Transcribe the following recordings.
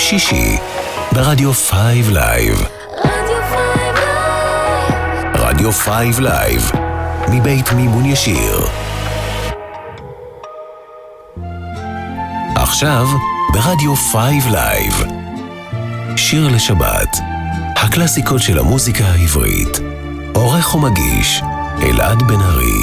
שישי ברדיו 5 לייב. רדיו 5 לייב מבית מימון ישיר. עכשיו ברדיו 5 לייב שיר לשבת, הקלאסיקות של המוזיקה העברית. עורך ומגיש אלעד בן ארי.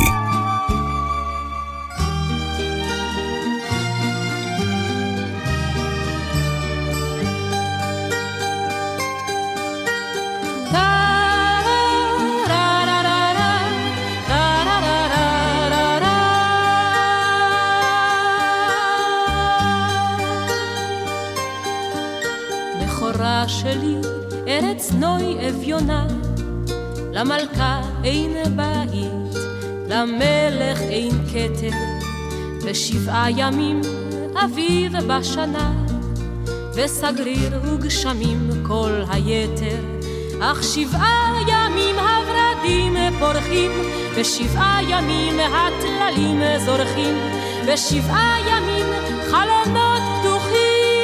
שלי ארץ נוי אביונה, למלכה אין בית, למלך אין כתר, ב7 ימים אביב בשנה, וסגריר וגשמים כל היתר, אך 7 ימים הורדים פורחים, ב7 ימים הטללים זורחים, ב7 ימים חלונות פתוחים,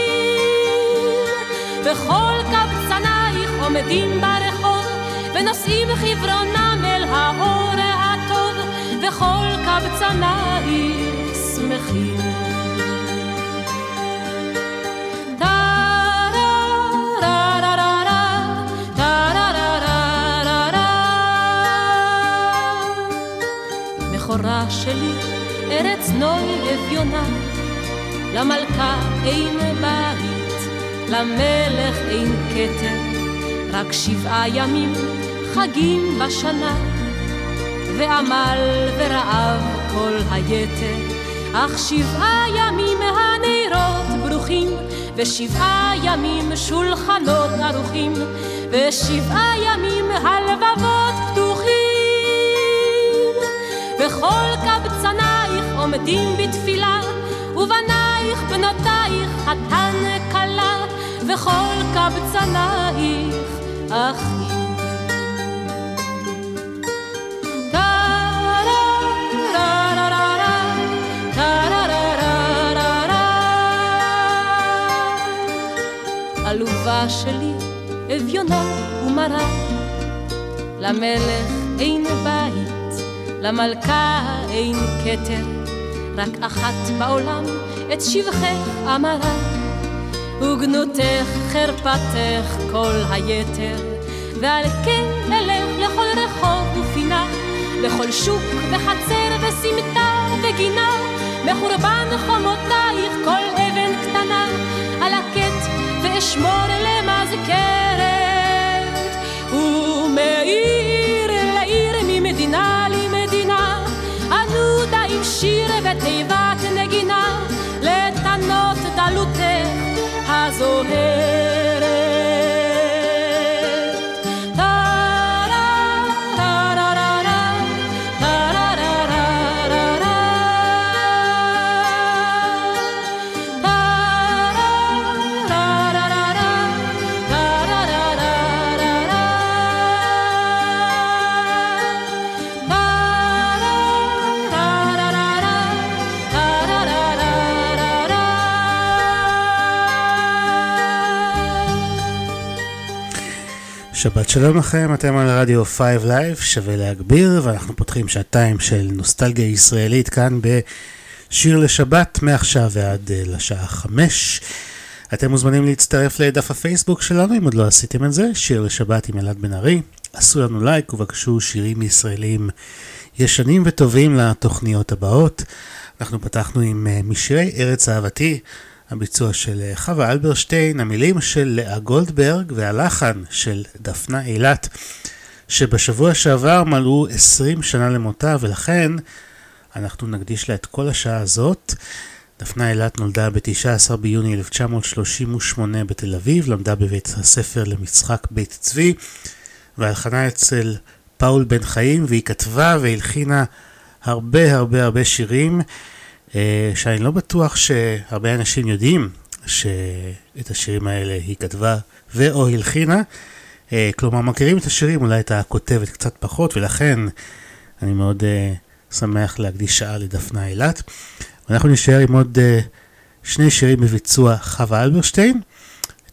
וכל קבצנייך עומדים ברחוב, ונושאים חברונם אל האור הטוב, וכל קבצנייך שמחים. מכורה שלי ארץ נוי אביונה, למלכה אין בית, למלך אין כתר, רק 7 ימים חגים בשנה, ועמל ורעב כל היתר, אך 7 ימים הנרות ברוכים, ו7 ימים שולחנות ערוכים, ו7 ימים הלבבות פתוחים, וכל קבצנייך עומדים בתפילה, ובנייך בנותייך חתן כלה, וכל קבצנייך אחים. עלובה שלי אביונה ומרה, למלך אין בית, למלכה אין כתר, רק אחת בעולם את שבחך אמרה, וגנותך חרפתך כל היתר, ועל כן אלך לכל רחוב ופינה, לכל שוק וחצר וסמטה וגינה, מחורבן חומותייך כל אבן קטנה, על הקט ואשמור למזכרת, ומעיר לעיר ממדינה למדינה, ענודה עם שיר ותיבת נגינה, לתנות דלותך הזוהרת. שבת שלום לכם, אתם על רדיו 5 לייב, שווה להגביר, ואנחנו פותחים 2 של נוסטלגיה ישראלית כאן בשיר לשבת, מעכשיו ועד לשעה 5. אתם מוזמנים להצטרף לדף הפייסבוק שלנו, אם עוד לא עשיתם את זה, שיר לשבת עם אלעד בן ארי. עשו לנו לייק ובקשו שירים ישראלים ישנים וטובים לתוכניות הבאות. אנחנו פתחנו עם משירי ארץ אהבתי, הביצוע של חווה אלברשטיין, המילים של לאה גולדברג והלחן של דפנה אילת, שבשבוע שעבר מלאו 20 שנה למותה, ולכן אנחנו נקדיש לה את כל השעה הזאת. דפנה אילת נולדה ב-19 ביוני 1938 בתל אביב, למדה בבית הספר למשחק בית צבי, והלחנה אצל פאול בן חיים, והיא כתבה והלחינה הרבה שירים, שאני לא בטוח שהרבה אנשים יודעים שאת השירים האלה היא כתבה ואו הלחינה, כלומר מכירים את השירים, אולי את הכותבת קצת פחות, ולכן אני מאוד שמח להקדיש שעה לדפנה אילת. ואנחנו נשאר עם עוד 2 שירים בביצוע חווה אלברשטיין.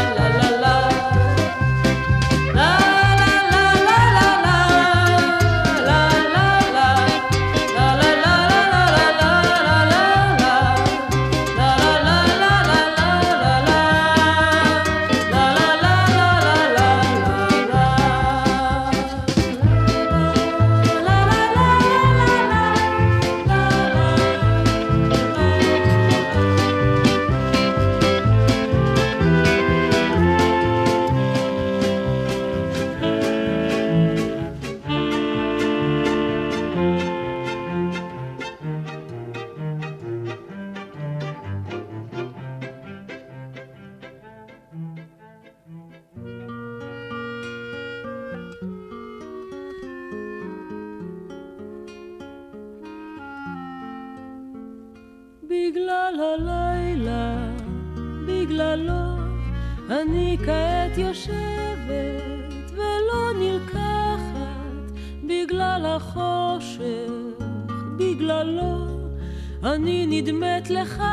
בגלל הלילה, בגללו, אני כעת יושבת ולא נלקחת. בגלל החושך, בגללו, אני נדמת לך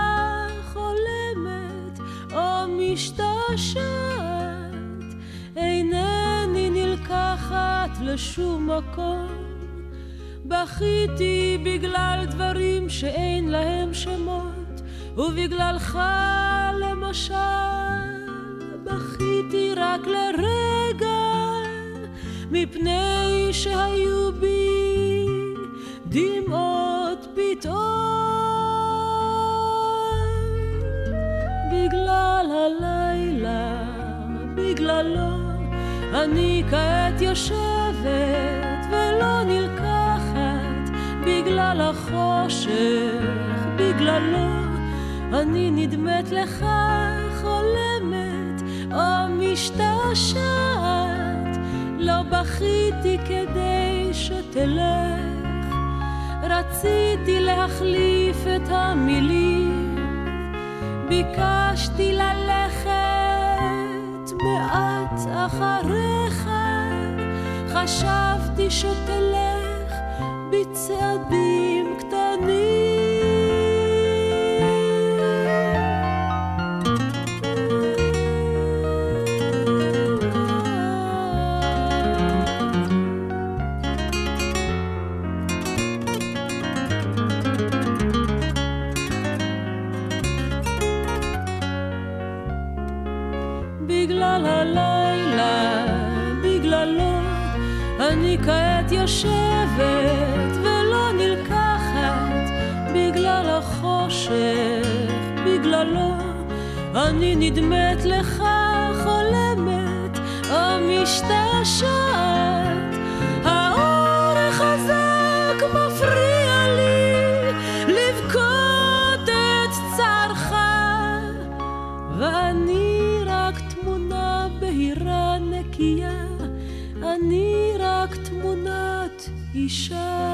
חולמת או משתעשעת. אינני נלקחת לשום מקום. בכיתי בגלל דברים שאין להם שמות. ובגללך למשל בכיתי רק לרגע, מפני שהיו בי דמעות פתאום. בגלל הלילה, בגללו אני כעת יושבת ולא נלקחת, בגלל החושך, בגללו אני נדמת לך חולמת או משתעשעת. לא בכיתי כדי שתלך, רציתי להחליף את המילים, ביקשתי ללכת מעט אחריך, חשבתי שתלך בצעדים קטנים. בגלל הלילה, בגללו אני כעת יושבת ולא נלקחת, בגלל החושך, בגללו אני נדמת לך חולמת או משתעשעת. האור החזק מפריע לי לבכות את צערך, ואני רק תמונה בהירה נקייה, אני רק תמונת אישה.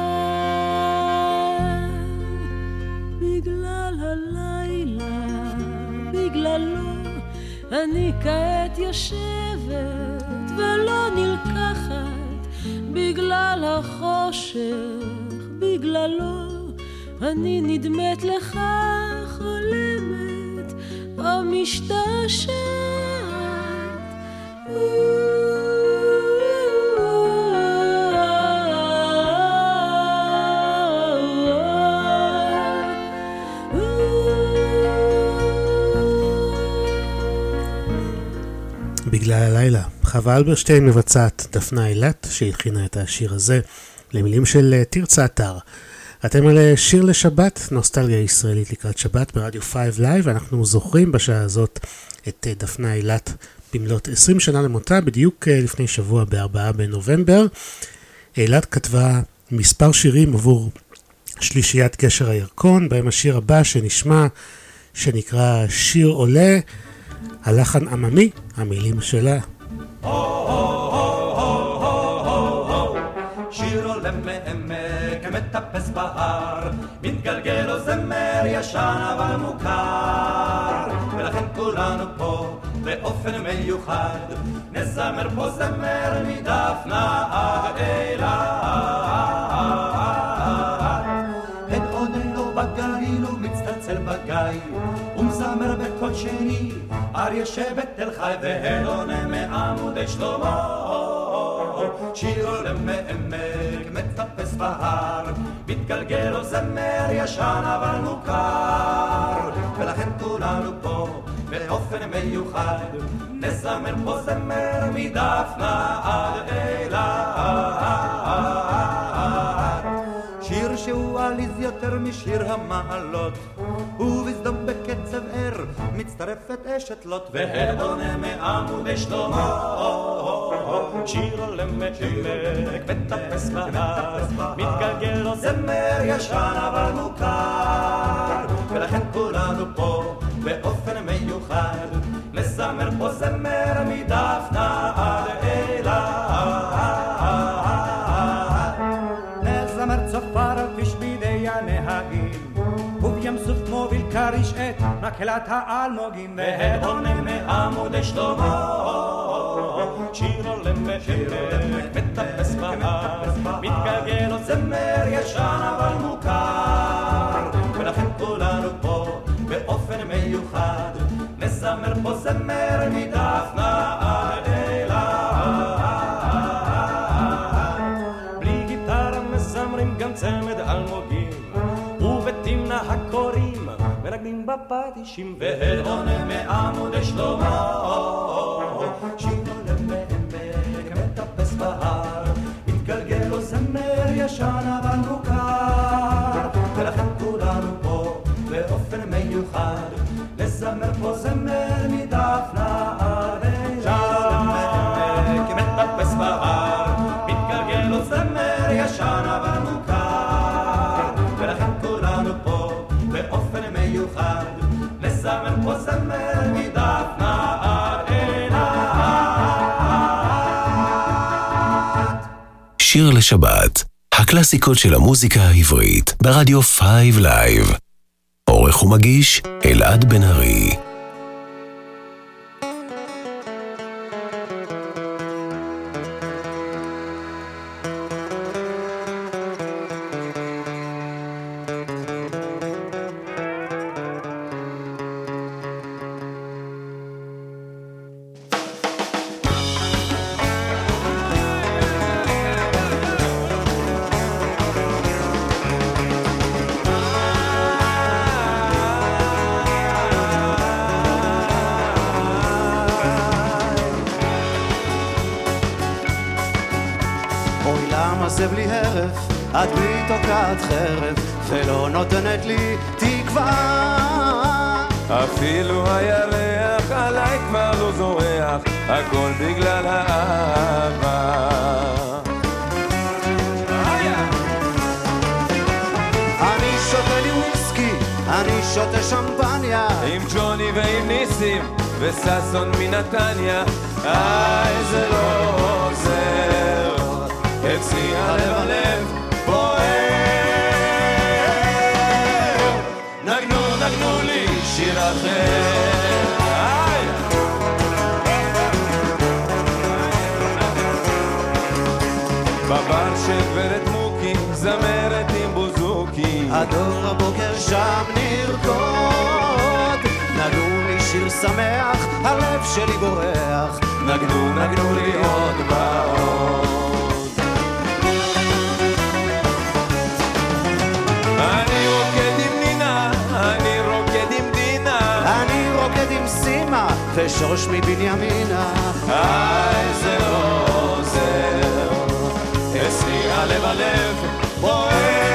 בגלל הלילה, בגללו אני כעת יושבת ולא נלקחת, בגלל החושך, בגללו אני נדמת לך חולמת או משתעשעת. בגלל הלילה. חווה אלברשטיין מבצעת דפנה אילת שהלחינה את השיר הזה למילים של תרצה אתר. אתם על שיר לשבת, נוסטלגיה ישראלית לקראת שבת ברדיו 5 לייב, ואנחנו זוכרים בשעה הזאת את דפנה אילת במלאת 20 שנה למותה, בדיוק לפני שבוע ב4 בנובמבר. אילת כתבה מספר שירים עבור שלישיית קשר הירקון, בהם השיר הבא שנשמע, שנקרא שיר עולה, הלחן עממי, המילים שלה. שיר עולה מעמק מטפס בהר, מתגלגל לו זמר ישן אבל מוכר, ולכן כולנו פה באופן מיוחד נזמר פה זמר מדפנה עד אילת. הן עונה לו בגליל ומצטלצל בגיא, ומזמר בקול שני אריה שבתל חי, והן עונה מעמודי שלמה. שיר עולה מעמק מטפס בהר, מתגלגל לו זמר ישן אבל מוכר, ולכן כולנו פה באופן מיוחד נזמר פה זמר מדפנה עד אילת. שיר שהוא עליז יותר משיר המעלות, ובסדום בקצב ער מצטרפת אשת לוט, והן עונה מעמודי שלמה. שיר עולה מעמק מטפס בהר, מתגלגל לו זמר ישן אבל מוכר, ולכן כולנו פה באופן מיוחד נזמר פה זמר מדפנה עד אילת. נזמר צופר כביש בידי הנהגים, ובים סוף מוביל קריש את מקהלת האלמוגים, והן עונה מעמודי שלמה. שיר עולה מעמק מטפס בהר, מתגלגל לו זמר ישן אבל מוכר, ולכן כולנו פה באופן מיוחד נזמר פה זמר מדפנה עד אילת. בלי גיטרה מזמרים גם צמד אלמוגים, ובתמנה הקוראים מנגנים בפטישים והדונה מעמוד שלמה שינו למעמק מטפס בהר מתגלגל לו זמר ישן אבל מוכר ולכן כולנו פה באופן מיוחד לזמר פה זמר מדפנה למעמק מטפס בהר מתגלגל לו זמר ישן אבל מוכר ולכן כולנו פה באופן מיוחד לזמר פה זמר מדפנה שיר לשבת, הקלאסיקות של המוזיקה העברית, ברדיו 5 לייב. עורך ומגיש, אלעד בן ארי. זה בלי הרף, את בלי תוקעת חרב, ולא נותנת לי תקווה. אפילו הירח עליי כבר לא זורח, הכל בגלל האהבה. אני שותה לי וויסקי, אני שותה שמפניה, עם ג'וני ועם ניסים, וססון מנתניה. זה לא עוזר, אצלי הלב הלב בוער. נגנו לי שיר אחר. בבר של גברת מוקי, זמרת עם בוזוקי, הדור הבוקר שם נרקוד. נגנו לי שיר שמח, הלב שלי בורח. נגנו לי עוד בעוד. אני רוקד עם נינה, אני רוקד עם דינה, אני רוקד עם סימה ושוש מבנימינה. זה לא עוזר, אצלי הלב הלב בוער.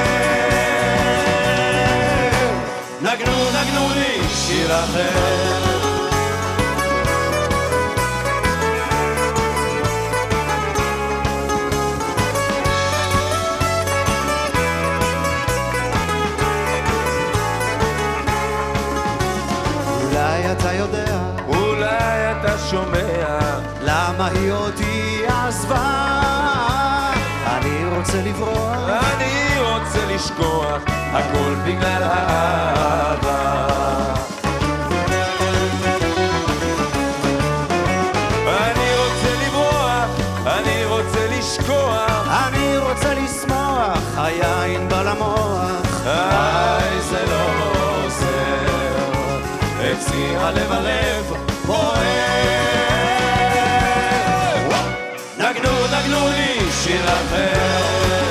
נגנו לי שיר אחר. אתה יודע, אולי אתה שומע, למה היא אותי עזבה. אני רוצה לברוח, אני רוצה לשכוח, הכל בגלל האהבה. אני רוצה לברוח, אני רוצה לשכוח, אני רוצה לשמוח, היין בא למוח. זה לא עוזר, אצלי הלב הלב בוער. נגנו לי שיר אחר.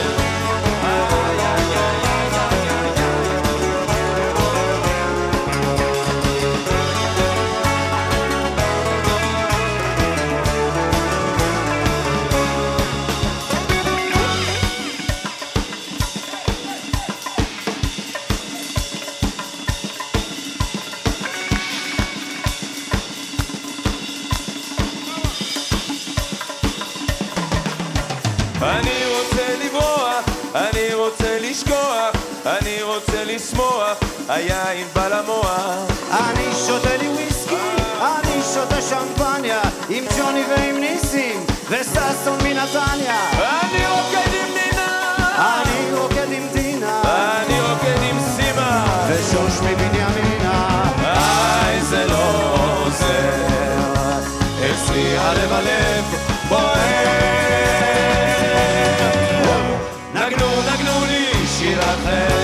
אני רוצה לברוח, אני רוצה לשכוח, אני רוצה לשמוח, היין בא למוח. אני שותה לי וויסקי, אני שותה שמפניה, עם ג'וני ועם ניסים וססון מנתניה. אני רוקד עם נינה, אני רוקד עם דינה, אני רוקד עם סימה ושוש מבנימינה. זה לא עוזר, אצלי הלב הלב בוער. נגנו לי שיר אחר.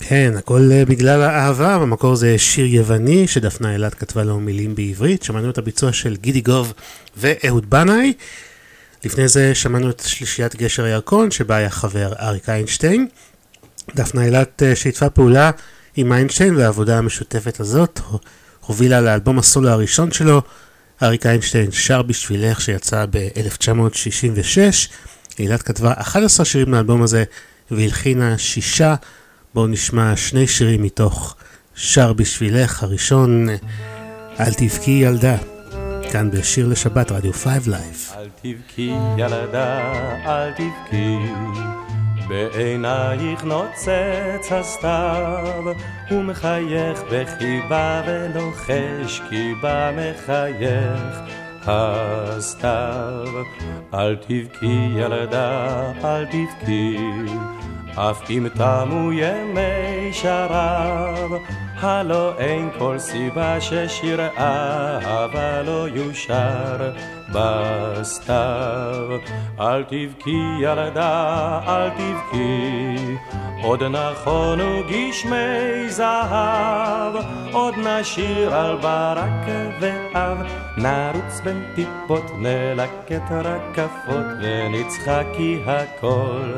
כן, הכל בגלל האהבה, במקור זה שיר יווני שדפנה אילת כתבה לו מילים בעברית, שמענו את הביצוע של גידי גוב ואהוד בנאי, לפני זה שמענו את שלישיית גשר הירקון שבה היה חבר אריק איינשטיין, דפנה אילת שהתפה פעולה עם איינשטיין והעבודה המשותפת הזאת הובילה לאלבום הסולו הראשון שלו, אריק איינשטיין שר בשבילך שיצא ב-1966, אילת כתבה 11 שירים לאלבום הזה והלחינה 6, בואו נשמע 2 שירים מתוך שר בשבילך, הראשון אל תבכי ילדה, כאן בשיר לשבת רדיו 5 לייב. אל תבכי ילדה, אל תבכי, בעינייך נוצץ הסתיו, הוא מחייך בחיבה ולוחש כי בה מחייך הסתיו. אל תבכי ילדה, אל תבכי, אף אם תמו ימי שרב, הלא אין כל סיבה ששיר אהבה לא יושר בסתיו. אל תבכי ילדה, אל תבכי, עוד נכונו גשמי זהב, עוד נשיר על ברק ואב, נרוץ בין טיפות, נלקט רקפות ונצחק כי הכל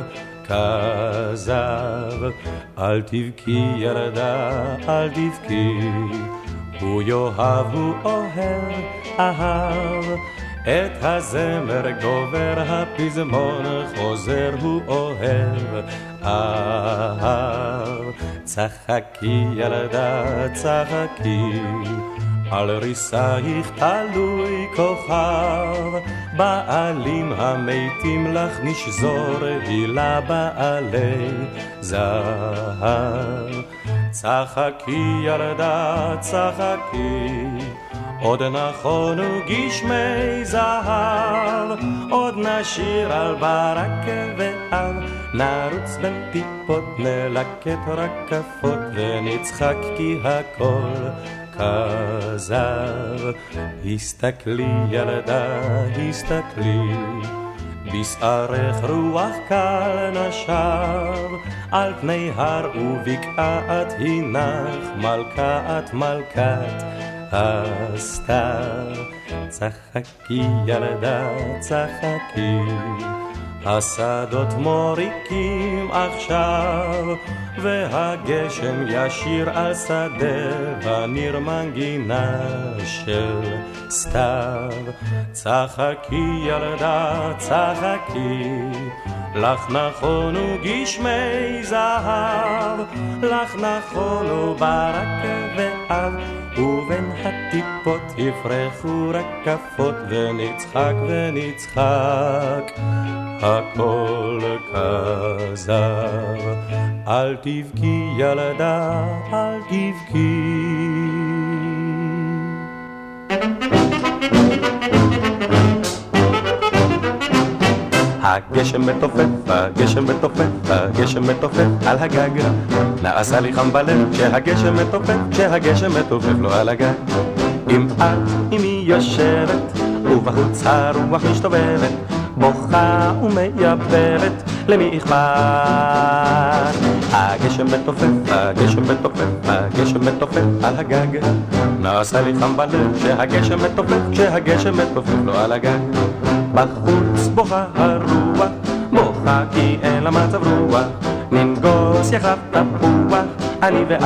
כזב. אל תבכי ילדה, אל תבכי, הוא יאהב, הוא אוהב, אהב, את הזמר גובר, הפזמון חוזר, הוא אוהב, אהב. צחקי ילדה, צחקי, על ריסייך תלוי כוכב, בעלים המתים לך נשזור, הילה בעלי זהב. צחקי ילדה, צחקי, עוד נכונו גשמי זהב, עוד נשיר על ברק ואב, נרוץ בין טיפות, נלקט רקפות ונצחק כי הכל כזב. הסתכלי ילדה, הסתכלי, בשערך רוח קל נשב, על פני הר ובקעת הנך, מלכת מלכת הסתיו. צחקי ילדה, צחקי, השדות מוריקים עכשיו, והגשם ישיר על שדה, וניר מנגינה של סתיו. צחקי ילדה, צחקי, לך נכונו גשמי זהב, לך נכונו ברק ואב, ובין הטיפות יפרחו רקפות, ונצחק ונצחק הכל כזב. אל תבכי ילדה, אל תבכי. הגשם מתופף, הגשם מתופף, הגשם מתופף על הגג, נעשה לי חם בלב כשהגשם מתופף, כשהגשם מתופף לו על הגג. אם היא יושבת ובחוץ הרוח משתובבת, בוכה ומייבבת, למי אכפת? הגשם מתופף, הגשם מתופף, הגשם מתופף על הגג, נעשה לי חם בלב כשהגשם מתופף, כשהגשם מתופף לו על הגג. בחוץ בוכה הרוח, בוכה כי אין לה מצב רוח, ננגוס יחד תפוח, אני ואת.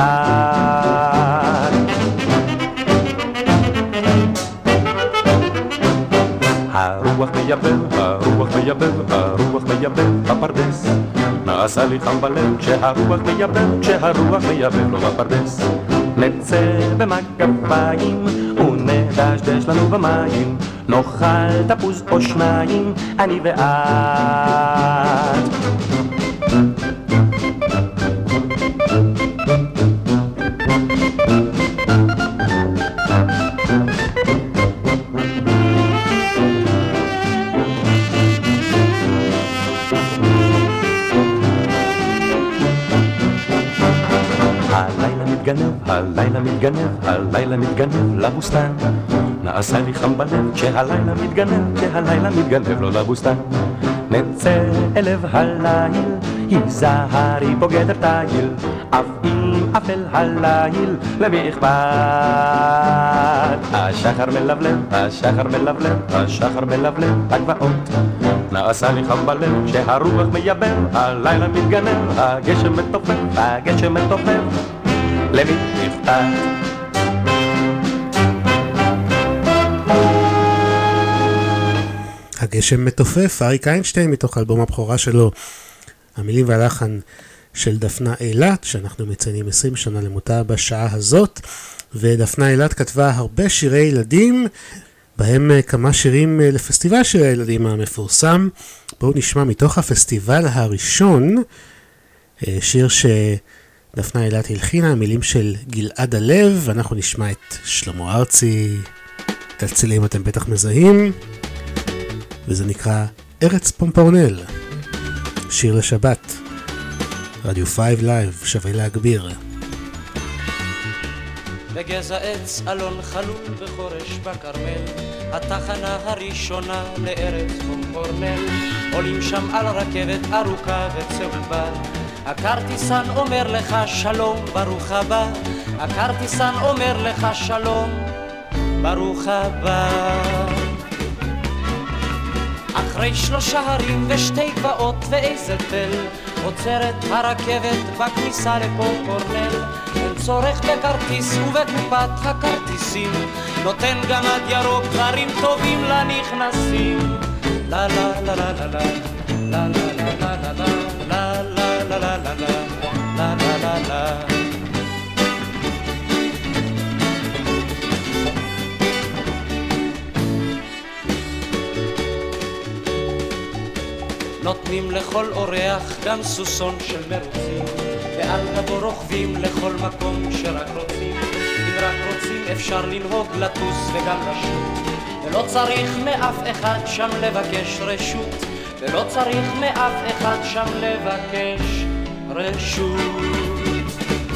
הרוח מייבב, הרוח מייבב, הרוח מייבב בפרדס, נעשה לי חם בלב כשהרוח מייבב, כשהרוח מייבב לו בפרדס. נצא במגפיים ונדשדש לנו במים, נאכל תפוז או שניים, אני ואת. הלילה מתגנב, הלילה מתגנב לבוסתן, נעשה לי חם בלב כשהלילה מתגנב, כשהלילה מתגנב לו לבוסתן. נצא אל לב הליל, היזהרי בוגדר תיל, אף אם אפל הליל, למי אכפת? השחר מלבלב, השחר מלבלב, השחר מלבלב, הגבעות. נעשה לי חם בלב, שהרוח מייבב, הלילה מתגנב, הגשם מתופף, הגשם מתופף, למי אכפת? הגשם מתופף, אריק איינשטיין מתוך אלבום הבכורה שלו, המילים והלחן של דפנה אילת, שאנחנו מציינים 20 שנה למותה בשעה הזאת, ודפנה אילת כתבה הרבה שירי ילדים, בהם כמה שירים לפסטיבל שירי הילדים המפורסם. בואו נשמע מתוך הפסטיבל הראשון, שיר שדפנה אילת הלחינה, המילים של גלעד הלב, ואנחנו נשמע את שלמה ארצי, תצלילים אתם בטח מזהים, וזה נקרא ארץ פומפורנל, שיר לשבת, רדיו 5 לייב, שווה להגביר. בגזע עץ אלון חלול בחורש בכרמל, התחנה הראשונה לארץ פומפורנל, עולים שם על רכבת ארוכה וצהובה, הכרטיסן אומר לך שלום ברוך הבא, הכרטיסן אומר לך שלום ברוך הבא. אחרי 3 הרים ושתי גבעות ואיזה תל, עוצרת הרכבת בכניסה לפומפורנל, אין צורך בכרטיס ובקופת הכרטיסים, נותן גמד ירוק דברים טובים לנכנסים. לה לה לה לה לה לה לה לה לה לה לה לה לה לה לה לה לה לה. נותנים לכל אורח גם סוסון של מרוצים, ועל גבו רוכבים לכל מקום שרק רוצים. אם רק רוצים אפשר לנהוג, לטוס וגם לשוט, ולא צריך מאף אחד שם לבקש רשות, ולא צריך מאף אחד שם לבקש רשות.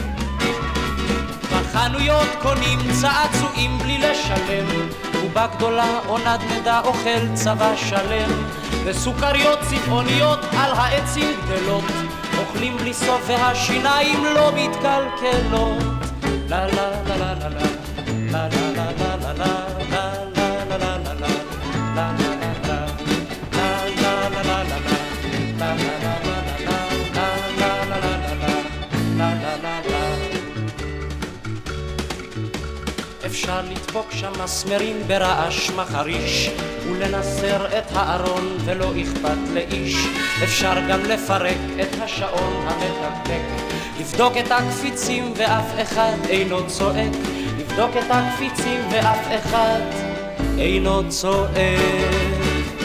בחנויות קונים צעצועים בלי לשלם, ובגדולה עונת נדע אוכל צבא שלם, וסוכריות צבעוניות על העצים גדלות, אוכלים בלי סוף והשיניים לא מתקלקלות. לה לה לה לה לה לה לה לה לה לה לה לה לה לה אפשר לדפוק שם מסמרים ברעש מחריש ולנסר את הארון ולא אכפת לאיש. אפשר גם לפרק את השעון המתקתק, לבדוק את הקפיצים ואף אחד אינו צועק, לבדוק את הקפיצים ואף אחד אינו צועק.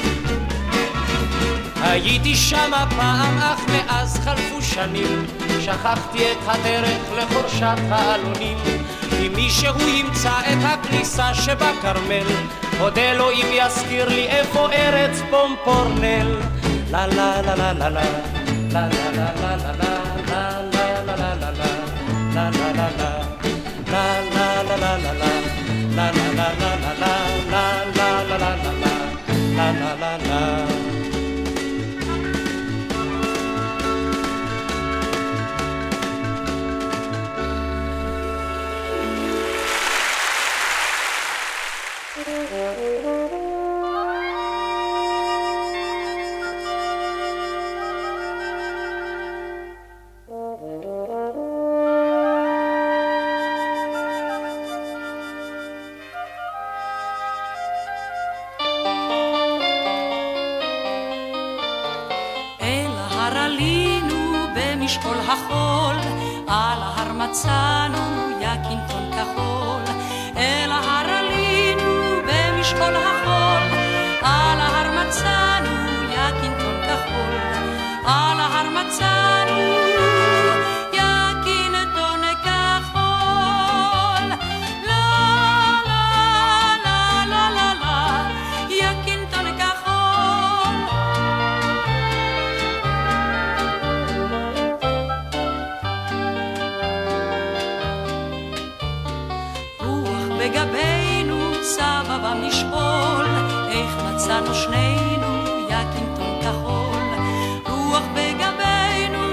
הייתי שמה פעם אך מאז חלפו שנים, שכחתי את הדרך לחורשת העלונים. אם מישהו ימצא את הכניסה שבקרמל, הודה לו אם יזכיר לי איפה ארץ פומפורנל. לה לה לה לה לה לה לה לה לה לה לה לה לה לה לה לה לה לה לה. משקול החול, על ההר מצאנו יקינטון כחול. אל ההר עלינו במשקול החול, על ההר מצאנו יקינטון כחול. על ההר מצאנו יקינטון כחול. לה לה לה לה לה לה יקינטון כחול. בגבינו סבבה משקול, איך מצאנו שנינו יקינטון כחול. רוח בגבינו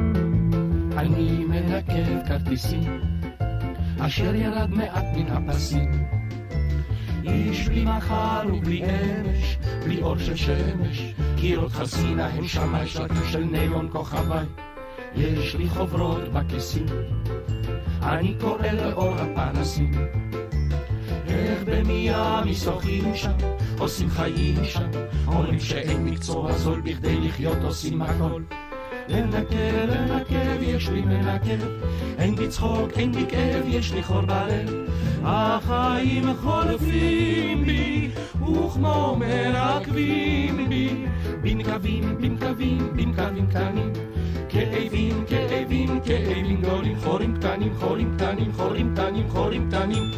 כרטיסים, אשר ירד מעט מן הפסים. איש בלי מחר ובלי אמש, בלי אור של שמש, קירות חסינה הם שמי שלטים של נילון כוכבי. יש לי חוברות בכיסים, אני קורא לאור הפנסים. איך במיאמי שוחים שם, עושים חיים שם, אומרים שאין מקצוע זול בכדי לחיות עושים הכל. לנקב, לנקב, יש לי מנקב, אין בי צחוק, אין בי כאב, יש לי חור בלב. החיים חולפים בי, וכמו מרקבים בי, בין קווים, בין קווים, בין קווים קטנים. כאבים, כאבים, כאבים גדולים, חורים קטנים, חורים קטנים, חורים קטנים, חורים קטנים.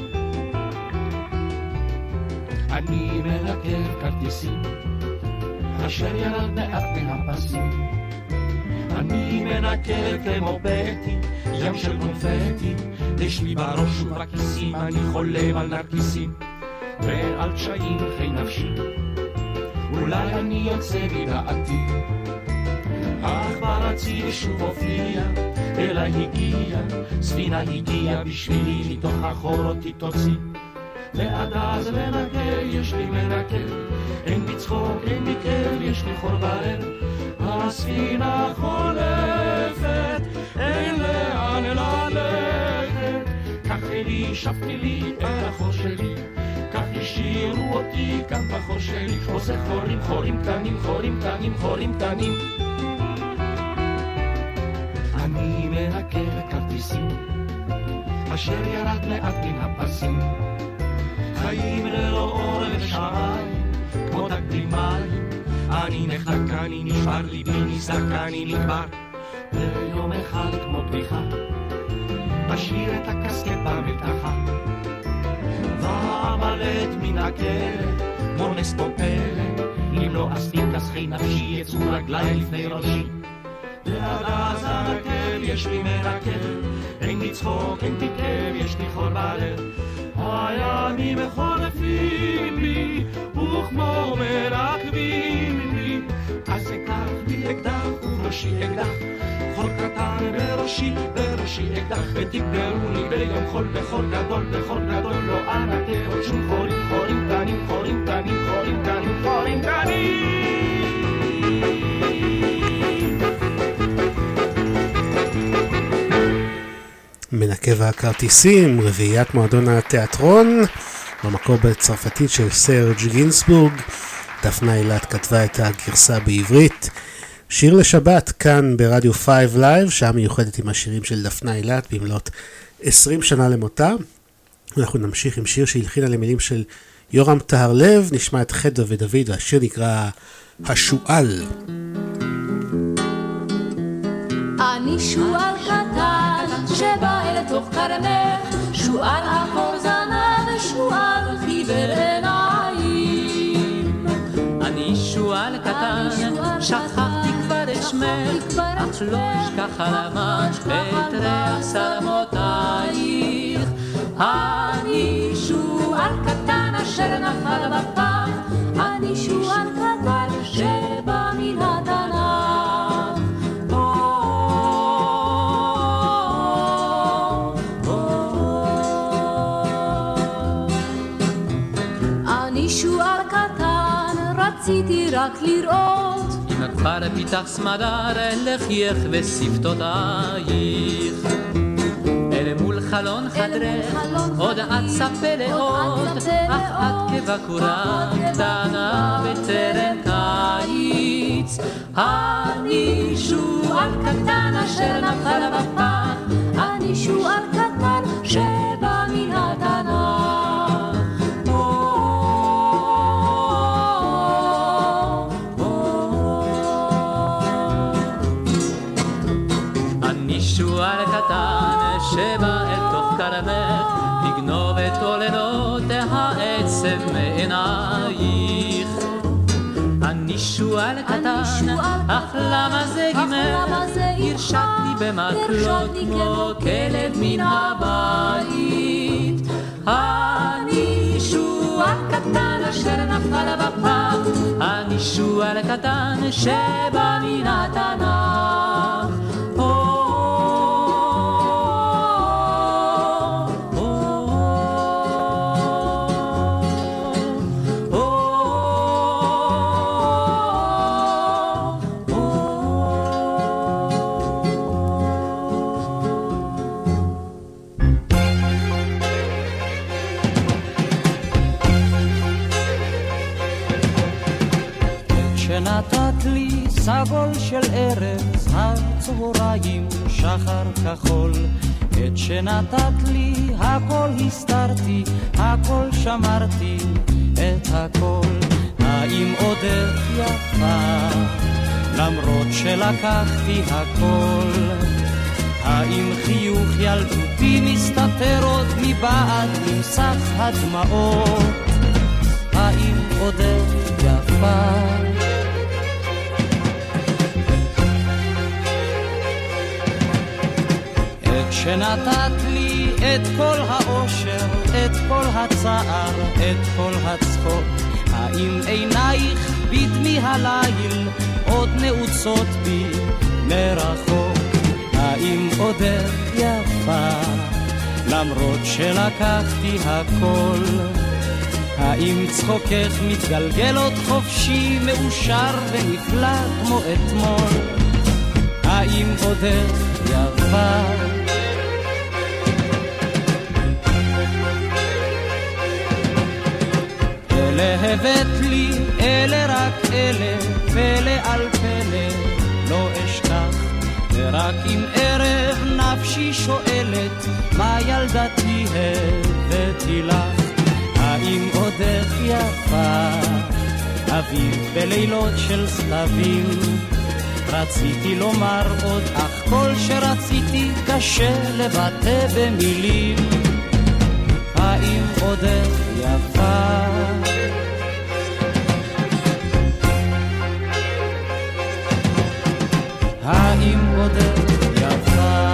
אני מנקב כרטיסים, אשר ירד מעט מהפסים. אני מנקב כמו בטי, ים של קונפטי, יש לי בראש ובכיסים, אני חולם על נרקיסים ועל קשיים חי נפשי, אולי אני יוצא מדעתי. אך ברציל שוב הופיע, אליי הגיע, ספינה הגיעה בשבילי, מתוך החור אותי תוציא. ועד אז לנקב, יש לי מנקב, אין בי צחוק, אין בי כאב, יש לי חור בלב. הספינה חולפת, אין לאן ללכת, כך אלי, שבתי לי את החור שלי, כך השאירו אותי כאן בחור שלי, עושה חורים, חורים קטנים, חורים קטנים, חורים קטנים. אני מנקב כרטיסים, אשר ירד מעט מן הפסים. חיים ללא אור ושמיים, כמו דג בלי מים. אני נחלק, אני נשבר, ליבי נסדק, אני נקבר. ויום אחד כמו בדיחה, אשאיר את הקסקט במלתחה, ואמלט מן הכלא, מורנס פופלת, אם לא אסתים כסחי נפשי, יצאו רגלי לפני ראשי. ועד אז הנקב, יש לי מנקב, אין לי צחוק, אין לי כאב, יש לי חור בלב. הימים חולפים בי, וכמו מרקבים בי, אז אקח בי אקדח, ובראשי אקדח, חור קטן בראשי, בראשי אקדח, ותגדרו לי ביום חול, בחור גדול, בחור גדול, לא אנקה עוד שום חורים, חורים קטנים, חורים קטנים, חורים קטנים, חורים קטנים. מנקב הכרטיסים, רביעיית מועדון התיאטרון, במקור בצרפתית של סרג' גינסבורג. דפנה אילת כתבה את הגרסה בעברית. שיר לשבת כאן ברדיו 5 לייב, שעה מיוחדת עם השירים של דפנה אילת במלאת 20 שנה למותה. אנחנו נמשיך עם שיר שהלחינה למילים של יורם טהרלב, נשמע את חדווה ודוד, והשיר נקרא השועל. אני שועל קטן שבא אל תוך קרנך, שועל אפור זנב ושועל חיוור עיניים. אני שועל קטן, שכחתי כבר את שמך, אך לא אשכח ממש את ריח שלמותייך. אני שועל קטן אשר נפל בפח, אני שועל קטן שבא מן התנ"ך. רציתי רק לראות אם הכפר פיתח סמדר לחייך ושפתותייך, אל מול חלון חדרך עוד את ספה לאות, אך את כבקורה קטנה בטרם קיץ. אני שועל קטן אשר נפל בפח, אני שועל קטן שבא מן התנ"ך. שועל קטן שבא אל תוך קרמך, לגנוב את עוללות העצב מעינייך. אני שועל קטן, אך למה זה גמר? הרשקתי במקלות כמו כלב מן הבית. אני שועל קטן אשר נפל בפח, אני שועל קטן שבא מן התנ"ך. שנתת לי סגול של ארץ הצהריים שחר כחול את שנתת לי הכל הסתרתי הכל שמרתי את הכל האם עודך יפה למרות שלקחתי הכל האם חיוך ילדותי מסתתר עוד מבעד ממסך הדמעות האם עודך יפה את שנתת לי את כל האושר את כל הצער את כל הצחוק האם עינייך בדמי הליל עוד נעוצות בי מרחוק האם עודך יפה למרות שלקחתי הכל האם צחוקך מתגלגל עוד חופשי מאושר ונפלא כמו אתמול האם עודך יפה אלה הבאת לי אלה רק אלה פלא על פלא לא אשכח ורק אם ערב נפשי שואלת מה ילדתי הבאתי לך האם עודך יפה אביב בלילות של סתבים רציתי לומר עוד אך כל שרציתי קשה לבטא במילים האם עודך יפה האם עודך יפה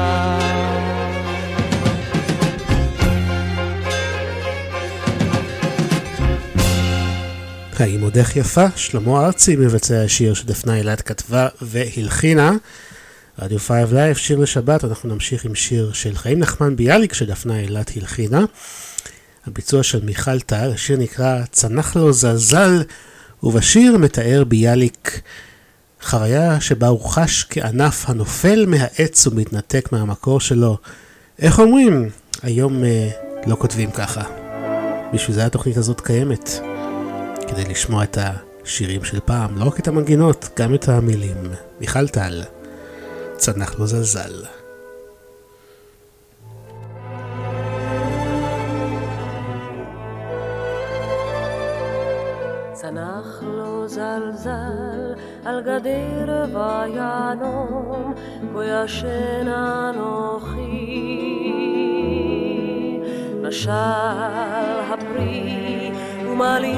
האם עודך יפה, שלמה ארצי מבצע השיר שדפנה אילת כתבה והלחינה. רדיו 5 לייב, שיר לשבת, אנחנו נמשיך עם שיר של חיים נחמן ביאליק שדפנה אילת הלחינה. הביצוע של מיכל טל, השיר נקרא צנח לו זלזל, ובשיר מתאר ביאליק חוויה שבה הוא חש כענף הנופל מהעץ ומתנתק מהמקור שלו. איך אומרים? היום לא כותבים ככה. בשביל זה התוכנית הזאת קיימת. כדי לשמוע את השירים של פעם, לא רק את המנגינות, גם את המילים. מיכל טל, צנח לו זלזל. צנח לו זלזל על גדר וינום, כה ישן אנוכי. נשל הפרי ומלי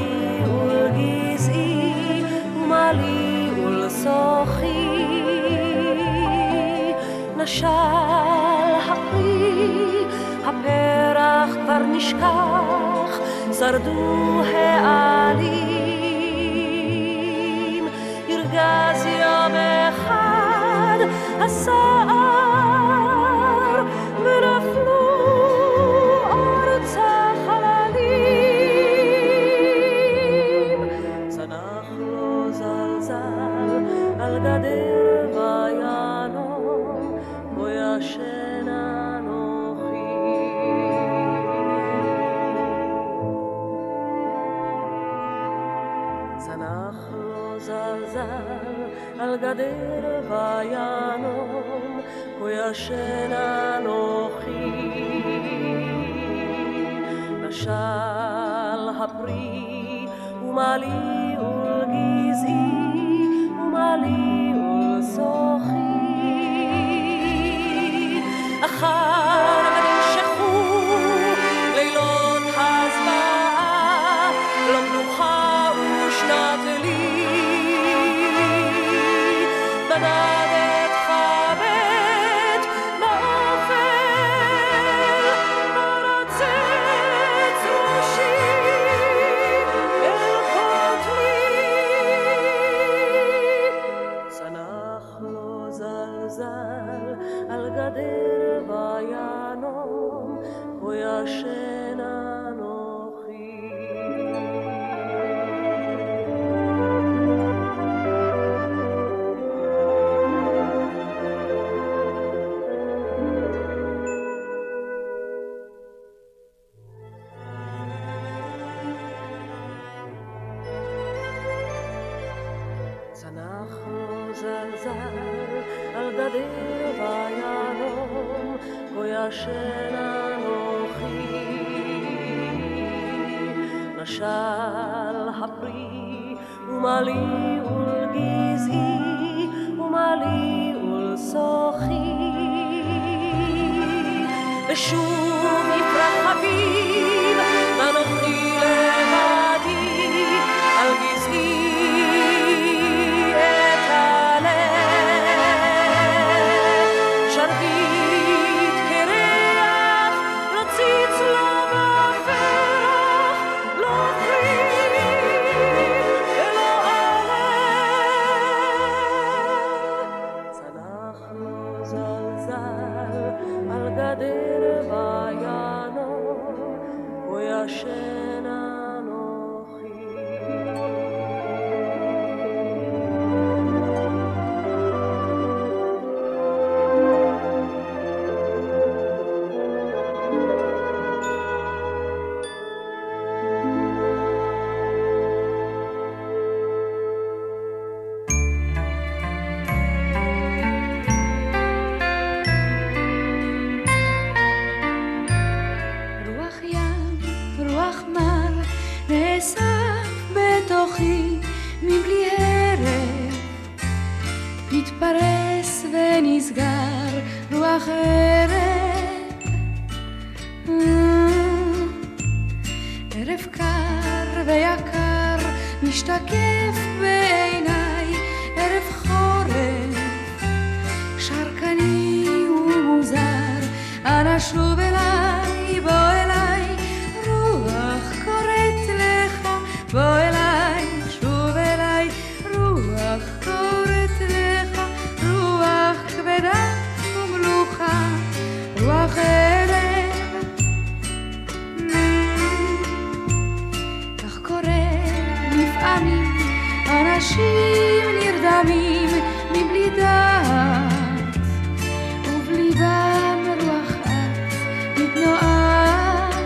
ולגזעי ומלי ולסוחי. נשל הפרי, הפרח כבר נשכח, שרדו העלים. ירגז יום אחד הסער ונפלו ארצה חללים. צנח לו זלזל על גדר וינום, כה ישן אנוכי. צנח לו זלזל על גדר וינום, כה ישן אנוכי. נשל הפרי ומלי ולגזעי ומלי ולסוחי. אחר ונמשכו לילות הזוועה, לא מנוחה ושנת לי. בנדת חבט באופל, ארצץ ראשי אל כותלי. צנח לו זלזל על גדר וינום, כה ישן אנוכי. צנח זלזל על גדר ויהלום, כה ישן אנוכי. נשל הפרי ומלי ולגזעי ומלי ולסוחי, ושוב יפרח אביב ואנוכי לבדי על גזעי מתפרס ונסגר רוח ערב, ערב קר ויקר משתקף בעיניי, ערב חורף שרקני ומוזר, אנא שוב אליי, בוא אליי, רוח קוראת לך, בוא אליי, שוב אליי, רוח קוראת לך, רוח כבדה ומלוכה, רוח ערב. כך קורה לפעמים, אנשים נרדמים מבלי דעת, ובליבם רוח את מתנועת,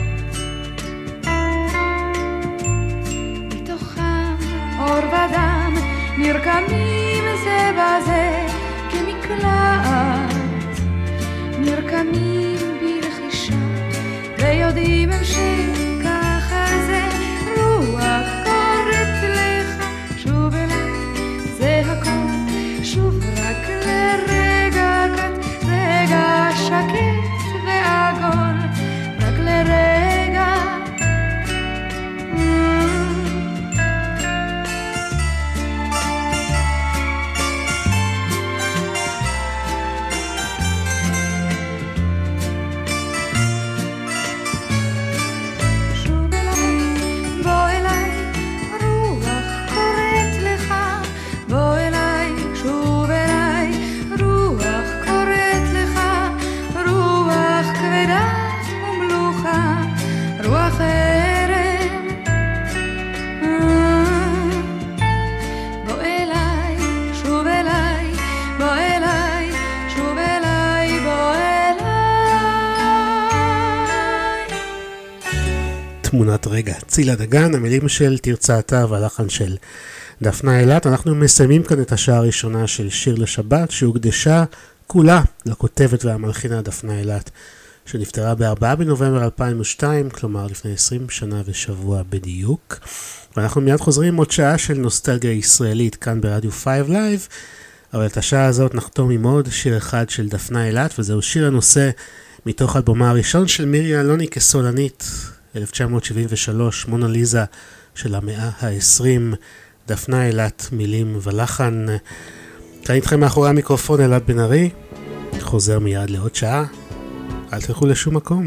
מתוכם אור ודם נרקמים זה בזה כמקלעת, נרקמים בלחישה ויודעים הם שככה זה, רוח קוראת לך, שוב אליי, זה הכל, שוב רק לרגע קט, רגע שקט ועגול, רק לרגע. תמונת רגע, צילה דגן, המילים של תרצתה והלחן של דפנה אילת. אנחנו מסיימים כאן את השעה הראשונה של שיר לשבת, שהוקדשה כולה לכותבת והמלחינה דפנה אילת, שנפטרה ב4 בנובמבר 2002, כלומר לפני 20 שנה ושבוע בדיוק. ואנחנו מיד חוזרים עוד שעה של נוסטלגיה ישראלית כאן ברדיו 5 לייב, אבל את השעה הזאת נחתום עם עוד שיר אחד של דפנה אילת, וזהו שיר הנושא מתוך אלבומה הראשון של מירי אלוני כסולנית, 1973, מונה ליזה של המאה ה-20, דפנה אילת, מילים ולחן. כאן איתכם מאחורי המיקרופון אלעד בן ארי, חוזר מיד לעוד שעה, אל תלכו לשום מקום.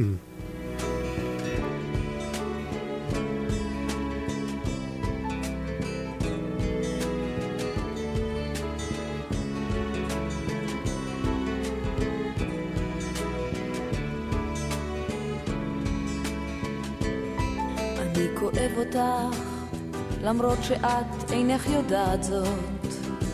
אותך, למרות שאת אינך יודעת זאת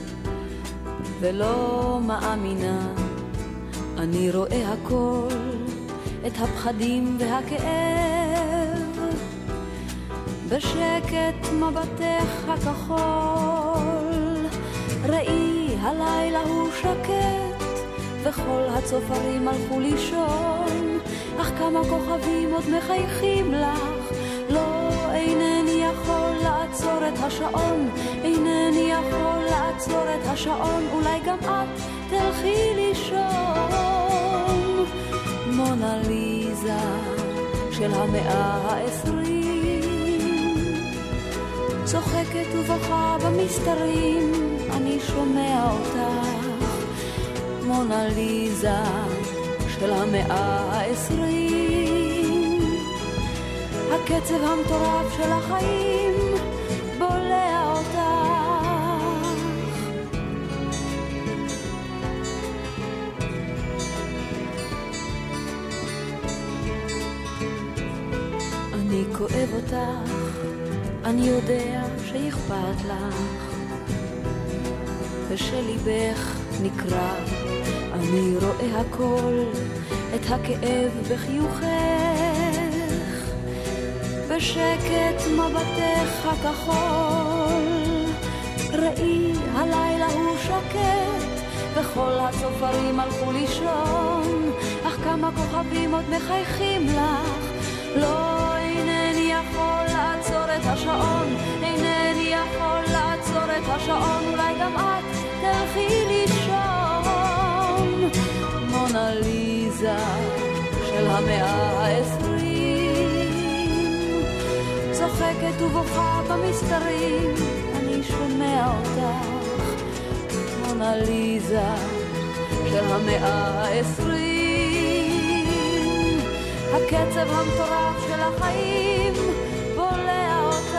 ולא מאמינה, אני רואה הכל, את הפחדים והכאב, בשקט מבטך הכחול, ראי הלילה הוא שקט וכל הצופרים הלכו לישון, אך כמה כוכבים עוד מחייכים לך. לא, אינני יכול לעצור את השעון, אינני יכול לעצור את השעון, אולי גם את תלכי לישון. מונה ליזה של המאה ה-20 צוחקת ובוכה במסתרים, אני שומע אותך. מונה ליזה של המאה ה-20, הקצב המטורף של החיים בולע אותך. אני כואב אותך, אני יודע שאכפת לך, ושליבך נקרע, אני רואה הכל, את הכאב בחיוכך, בשקט מבטך הכחול. ראי הלילה הוא שקט וכל הצופרים הלכו לישון, אך כמה כוכבים עוד מחייכים לך. לא, אינני יכול לעצור את השעון, אינני יכול לעצור את השעון, אולי גם את תלכי לישון. מונה ליזה של המאה ה-20 צוחקת ובוכה במסתרים, אני שומע אותך. מונה ליזה של המאה ה-20, הקצב המטורף של החיים בולע אותך.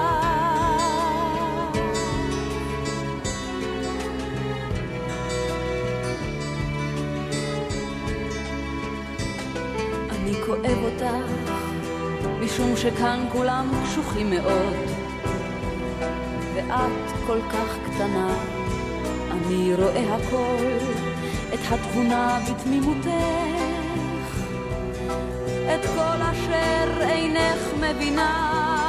אני כואב אותך משום שכאן כולם קשוחים מאוד ואת כל כך קטנה. אני רואה הכל, את התבונה בתמימותך, את כל אשר אינך מבינה.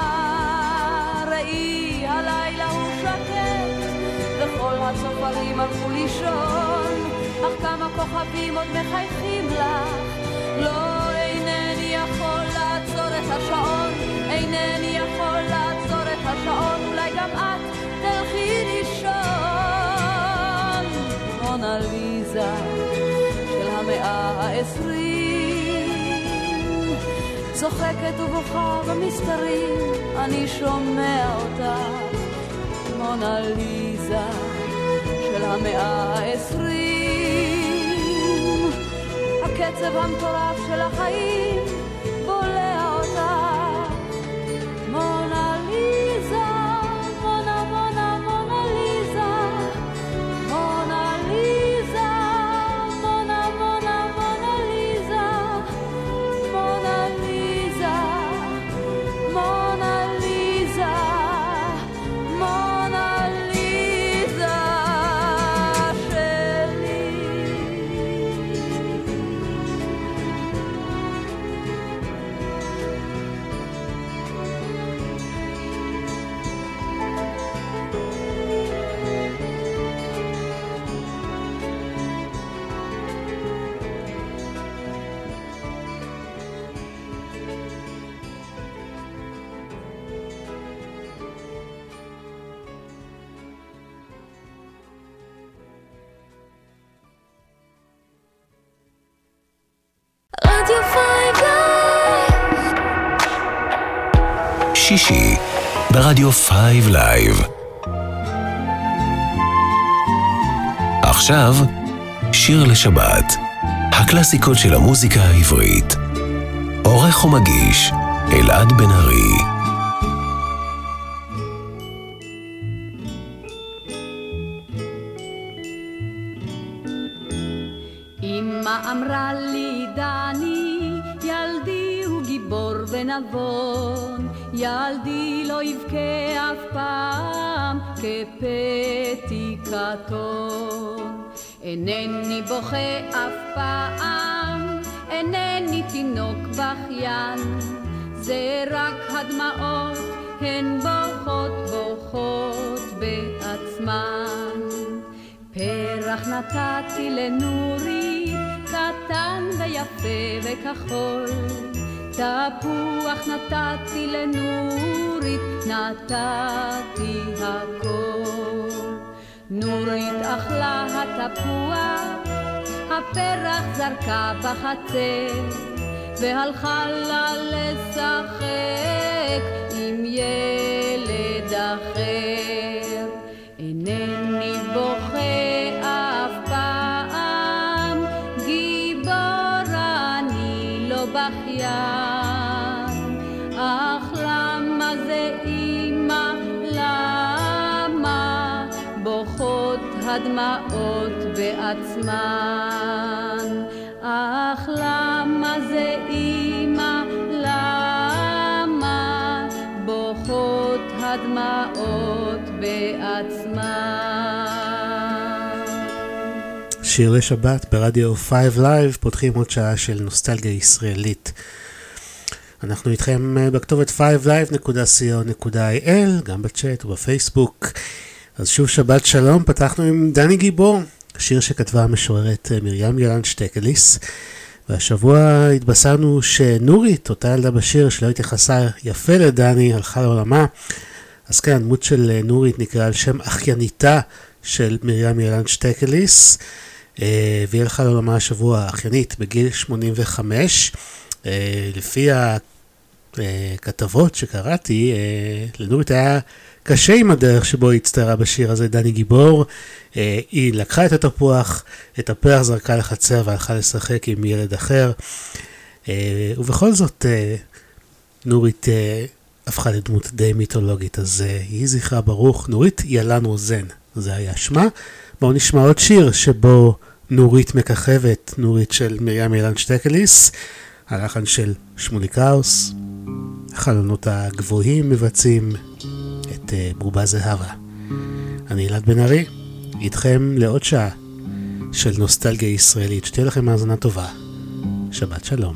ראי הלילה הוא שקט וכל הצופרים הלכו לישון, אך כמה כוכבים עוד מחייכים לך. לא, אינני יכול לעצור את השעון, אינני יכול לעצור את השעון, אולי גם את תלכי לישון. מונה ליזה של המאה ה-20 צוחקת ובוכה במסתרים, אני שומע אותך. מונה ליזה של המאה ה-20, הקצב המטורף של החיים בולע אותך. מונה ליזה, מונה מונה מונה ליזה, מונה ליזה, מונה מונה מונה ליזה, מונה ליזה, מונה ליזה, מונה ליזה שלי. רדיו 5 לייב. שישי ברדיו 5 לייב. עכשיו שיר לשבת, הקלאסיקות של המוזיקה העברית. עורך ומגיש אלעד בן ארי. אמא אמרה לי דני, ילדי הוא גיבור ונבון, ילדי לא יבכה אף פעם כפתי קטון. אינני בוכה אף פעם, אינני תינוק בכיין, זה רק הדמעות, הן בוכות בוכות בעצמן. תפוח נתתי לנורית, קטן ויפה וכחול. תפוח נתתי לנורית, נתתי הכל. נורית אכלה התפוח, הפרח זרקה בחצר, והלכה לה לשחק עם ילד אחר. אינני בוכה אף פעם, גיבור אני לא בכיין. אך למה זה אמא, למה בוכות הדמעות בעצמן? אך למה זה אמא, למה בוכות הדמעות בעצמן? שיר לשבת ברדיו 5 Live, פותחים עוד שעה של נוסטלגיה ישראלית. אנחנו איתכם בכתובת 5live.co.il, גם בצ'אט ובפייסבוק. אז שוב שבת שלום, פתחנו עם דני גיבור, שיר שכתבה המשוררת מרים ילן שטקליס, והשבוע התבשרנו שנורית, אותה ילדה בשיר שלא התייחסה יפה לדני, הלכה לעולמה. אז כן, הדמות של נורית נקרא על שם אחייניתה של מרים ילן שטקליס, והיא הלכה לעולמה השבוע, אחיינית בגיל 85. לפי הכתבות שקראתי, לנורית היה קשה עם הדרך שבו היא הצטערה בשיר הזה, דני גיבור. היא לקחה את התפוח, את הפרח זרקה לחצר והלכה לשחק עם ילד אחר. ובכל זאת, נורית הפכה לדמות די מיתולוגית, אז יהי זכרה ברוך. נורית ילן רוזן, זה היה שמה. בואו נשמע עוד שיר שבו נורית מככבת, נורית של מרים ילן שטקליס, הלחן של שמולי קראוס. החלונות הגבוהים מבצעים את בובה זהבה. אני אלעד בן ארי, איתכם לעוד שעה של נוסטלגיה ישראלית. שתהיה לכם האזנה טובה. שבת שלום.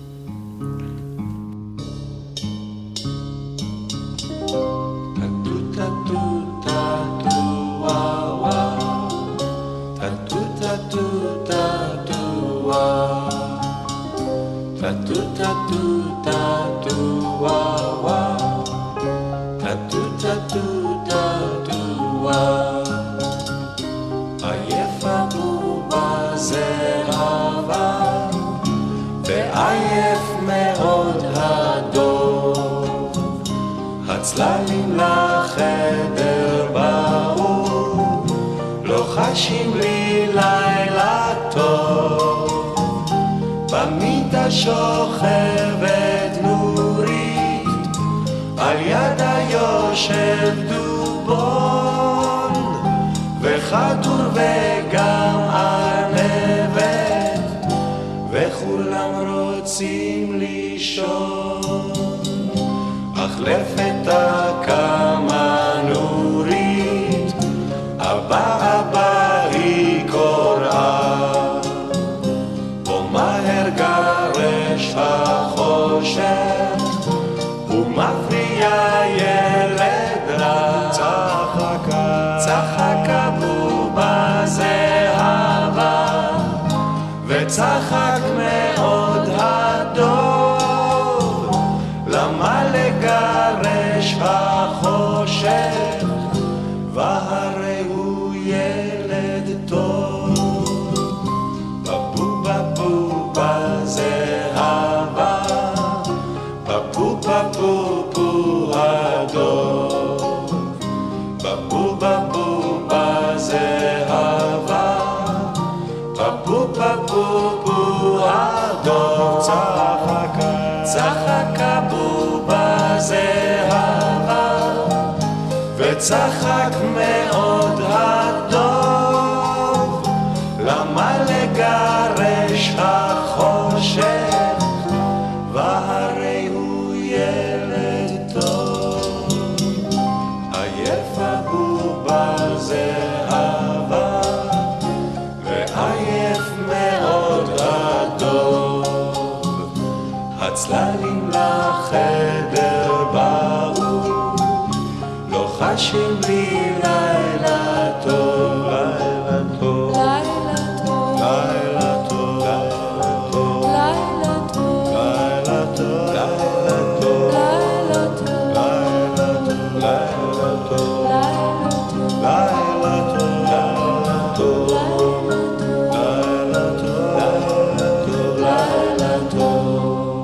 הצללים לחדר באו, לא חשים לי לילה טוב. במיטה שוכבת נורית, על ידה יושב דובון, וחתור וגם ארנבת, וכולם רוצים לישון. אך לפתע קמה נורית, אבא היא קוראה, בוא מהר גרש החושך, ומפריע ילד רע. צחקה בובה זהבה, וצחק מאוד הדוב, למה לגרש החושך, והרי הוא ילד טוב. בבובה בובה זהבה, בבובה בובו הדוב. בבובה בובה זהבה, בבובה בובו הדוב. צחקה בובה זהבה, וצחק מאוד הדוב, למה לגרש החושך, והרי הוא ילד טוב. עייפה בובה זהבה, ועייף מאוד הדוב. הצללים לחדר באו, לא חשים לי לילה טוב, לילה טוב. טוב, לילה טוב, לילה טוב.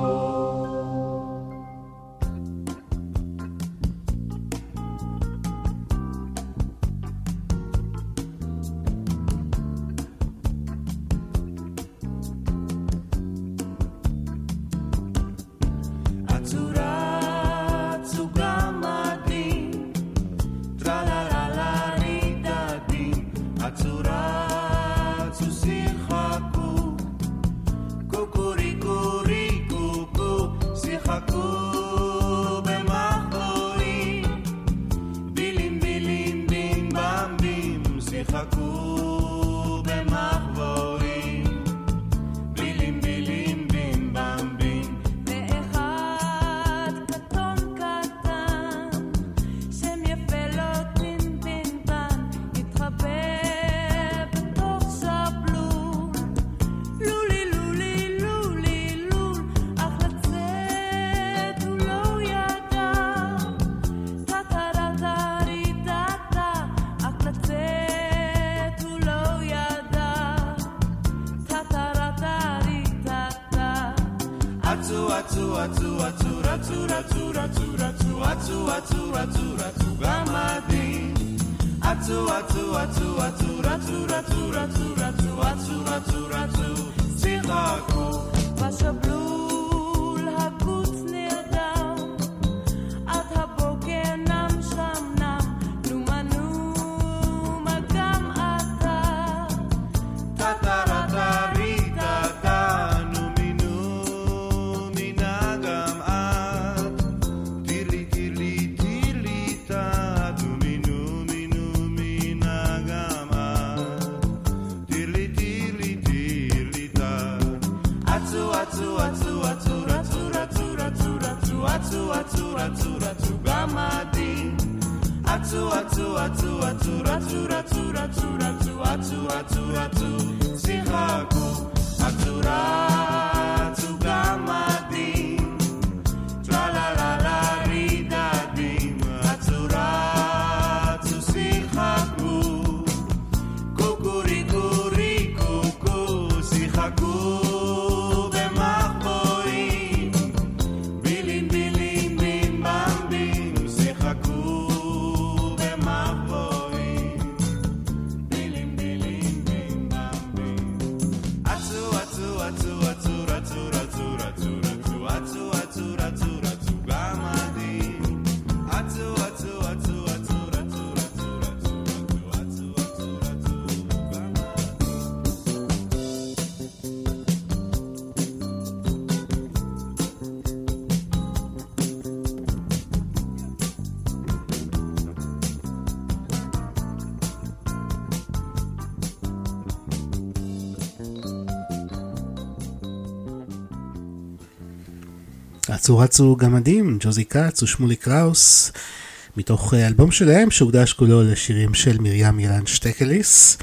רצו רצו גמדים, ג'וזי קאץ ושמולי קראוס, מתוך אלבום שלהם שהוקדש כולו לשירים של מרים ילן שטקליס.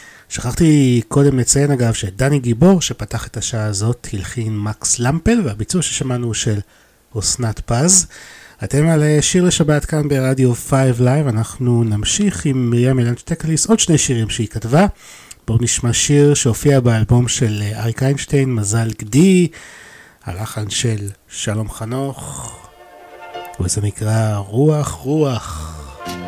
שכחתי קודם לציין אגב שדני גיבור שפתח את השעה הזאת הלחין מקס למפל, והביצוע ששמענו של אסנת פז. אתם על שיר לשבת כאן ברדיו 5 לייב, אנחנו נמשיך עם מרים ילן שטקליס, עוד שני שירים שהיא כתבה. בואו נשמע שיר שהופיע באלבום של אריק איינשטיין, מזל גדי, הלחן של שלום חנוך, וזה נקרא רוח רוח.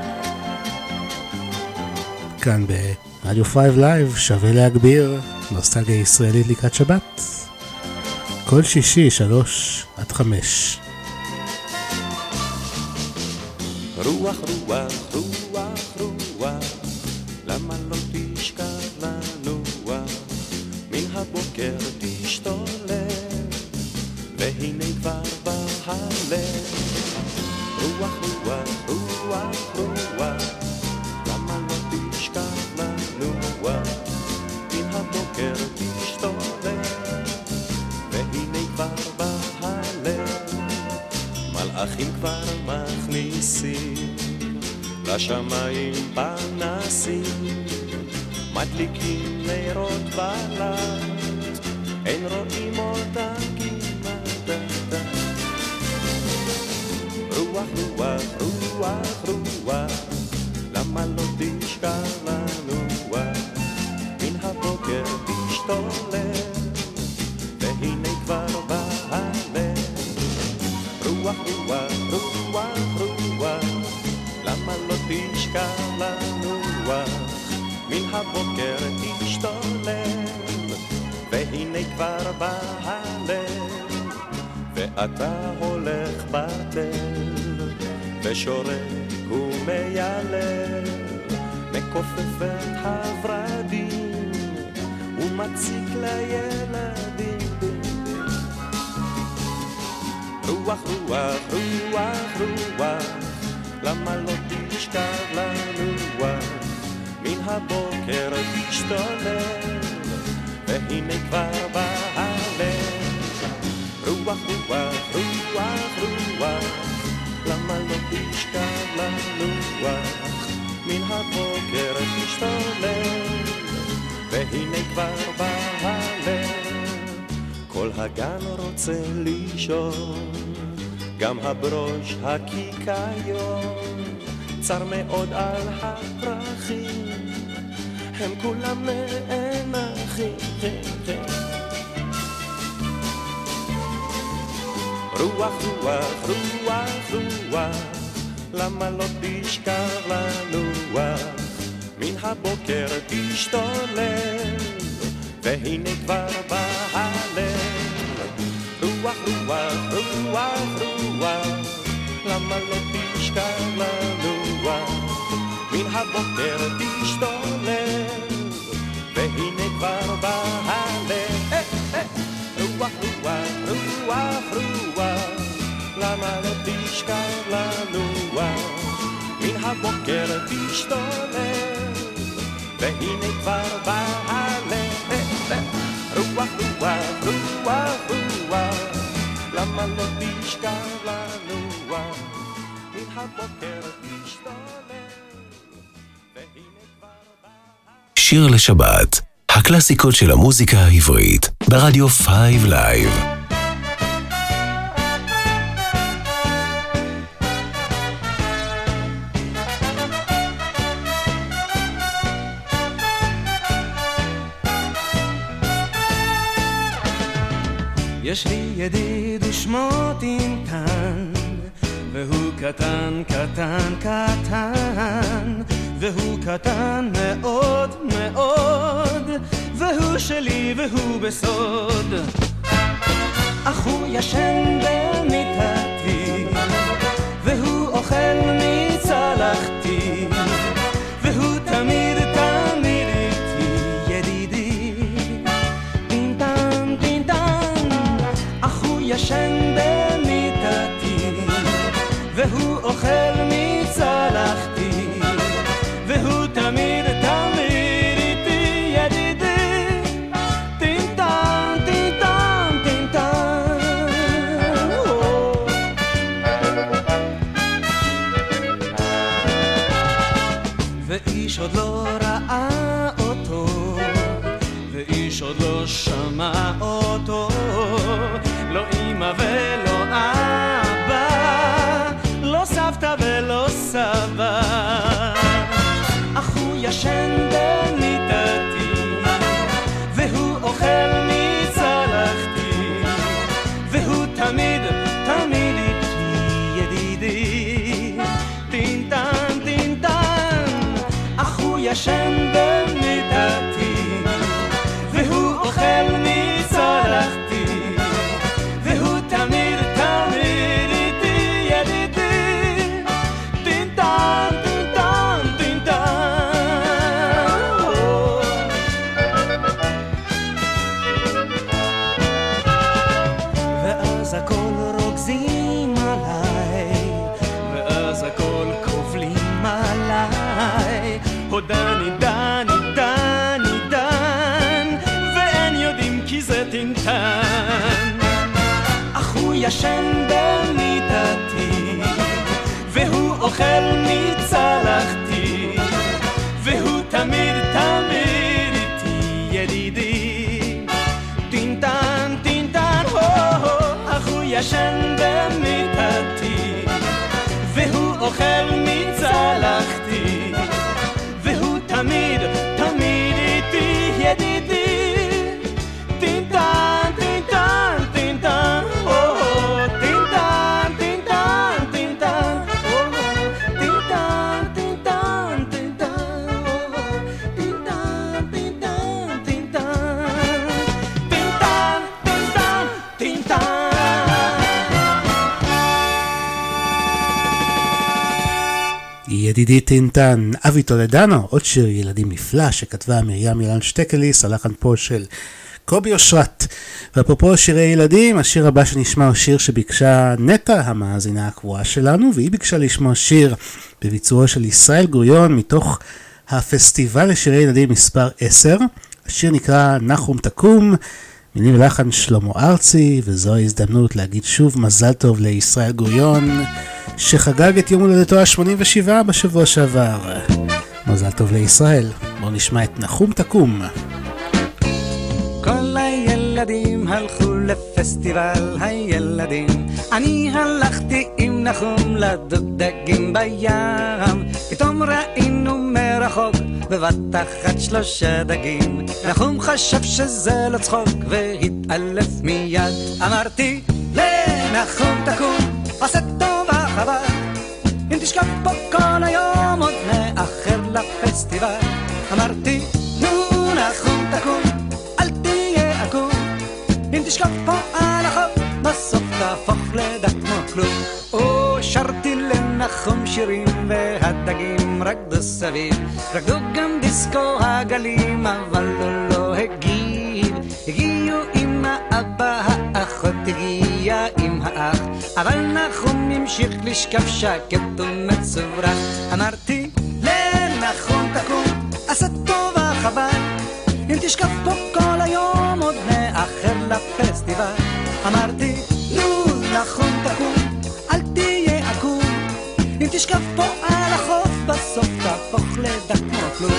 כאן ברדיו 5 לייב, שווה להגביר, נוסטלגיה ישראלית לקראת שבת. כל שישי 3-5. רוח רוח רוח רוח, למה לא תשכח לנוע, מן הבוקר תשתולל, והנה כבר בהלב. רוח רוח רוח רוח, למה לא תשכח לנוע, מן הבוקר תשתולל, והנה כבר בהלב. מלאכים כבר מכניסים לשמיים פנסים, מדליקים נרות בלט, אין רואים אותם כמעט. רוח רוח רוח רוח, למה לא תשכח לנוע, להשתולל, והנה כבר בא הלב. רוח, רוח, רוח, רוח, למה לא תשכח לנוח? מן הבוקר תשתולל, והנה כבר בא הלב. ואתה הולך בתל, ושורק ומיילל, מכופף את הורדים, ומציק לילדים. רוח, רוח, רוח, רוח, למה לא תשכח לנוח? מן הבוקר תשתולל, והנה כבר בא הלב. רוח, רוח, רוח, רוח, למה לא תשכח לנוח? מן הבוקר תשתולל, והנה כבר בא הלב. כל הגן רוצה לישון, גם הברוש הקיקיון, צר מאוד על הפרחים, הם כולם נאנחים. רוח, רוח, רוח, רוח, למה לא תשכח לנוח? מן הבוקר תשתולל, והנה כבר בא הלב. רוח, רוח, רוח, רוח, למה לא תשכח לנוח? מן הבוקר תשתולל, והנה כבר בא הלב. רוח, רוח, רוח, רוח, למה לא תשכח לנוח? מן הבוקר תשתולל, והנה כבר בא הלב. רוח, רוח, רוח, רוח, למה לא תשכח לנוח? מן הבוקר תשתולל, והנה כבר בא הלב. שיר לשבת, הקלאסיקות של המוזיקה העברית, ברדיו 5 לייב. יש לי ידיד ושמו טינטן, והוא קטן, קטן, קטן, והוא קטן מאוד מאוד, והוא שלי והוא בסוד. אך הוא ישן במיטתי, והוא אוכל מצלחתי, והוא תמיד תמיד איתי ידידי. טינטן, טינטן, אך הוא ישן במיטתי, והוא אוכל מצלחתי, והוא תמיד תמיד איתי ידידי. טינטן, טינטן, טינטן. ואיש עוד לא ראה אותו, ואיש עוד לא שמע אותו, לא אמא ולא אבא, לא סבתא ולא סבא. אך הוא ישן במיטתי, והוא אוכל מצלחתי, והוא תמיד תמיד איתי ידידי. טינטן, טינטן, אך הוא ישן במיטתי, והוא אוכל מצלחתי, והוא תמיד תמיד איתי ידידי. טינטן, טינטן, טינטן. ואז הכל רוגזים עליי, ואז הכל קובלים עליי. דני, דני, דני, דן, ואין יודעים כי זה טינטן. אך הוא ישן במיטתי, והוא אוכל מצלחתי, והוא תמיד תמיד איתי ידידי. טינטן, טינטן, אך הוא ישן במיטתי, והוא אוכל מצלחתי, והוא תמיד תמיד איתי ידידי. ידידי טינטן, אבי טולדנו, עוד שיר ילדים נפלא שכתבה מרים ילן שטקליס, הלחן פה של קובי אושרת. ואפרופו שירי ילדים, השיר הבא שנשמע הוא שיר שביקשה נטע, המאזינה הקבועה שלנו, והיא ביקשה לשמוע שיר בביצועו של ישראל גוריון מתוך הפסטיבל לשירי ילדים מספר 10. השיר נקרא נחום תקום, מילים ולחן שלמה ארצי, וזו ההזדמנות להגיד שוב מזל טוב לישראל גוריון שחגג את יום הולדתו ה-87 בשבוע שעבר. מזל טוב לישראל. בואו נשמע את נחום תקום. כל הילדים הלכו לפסטיבל הילדים, אני הלכתי עם נחום לדוג דגים בים. פתאום ראינו מרחוק בבת אחת 3 דגים. נחום חשב שזה לא צחוק והתעלף מיד. אמרתי לנחום תקום, עשה טובה חבל, אם תשכב פה כל היום עוד נאחר לפסטיבל. אמרתי נו נחום תקום, אל תהיה עקום, אם תשכב פה על החוף בסוף תהפוך לדק כמו כלום. או שרתי לנחום שירים והדגים רקדו סביב, רקדו גם דיסקו הגלים, אבל הוא לא הגיב. הגיעו עם האבא, האחות הגיעה עם האח, אבל נחום המשיך לשכב שקט ומצוברח. אמרתי לנחום תקום, עשה טובה חבל, אם תשכב פה כל היום עוד נאחר לפסטיבל. אמרתי נו נחום תקום, אל תהיה עקום, אם תשכב פה על החוף בסוף תהפוך לדק כמו כלום.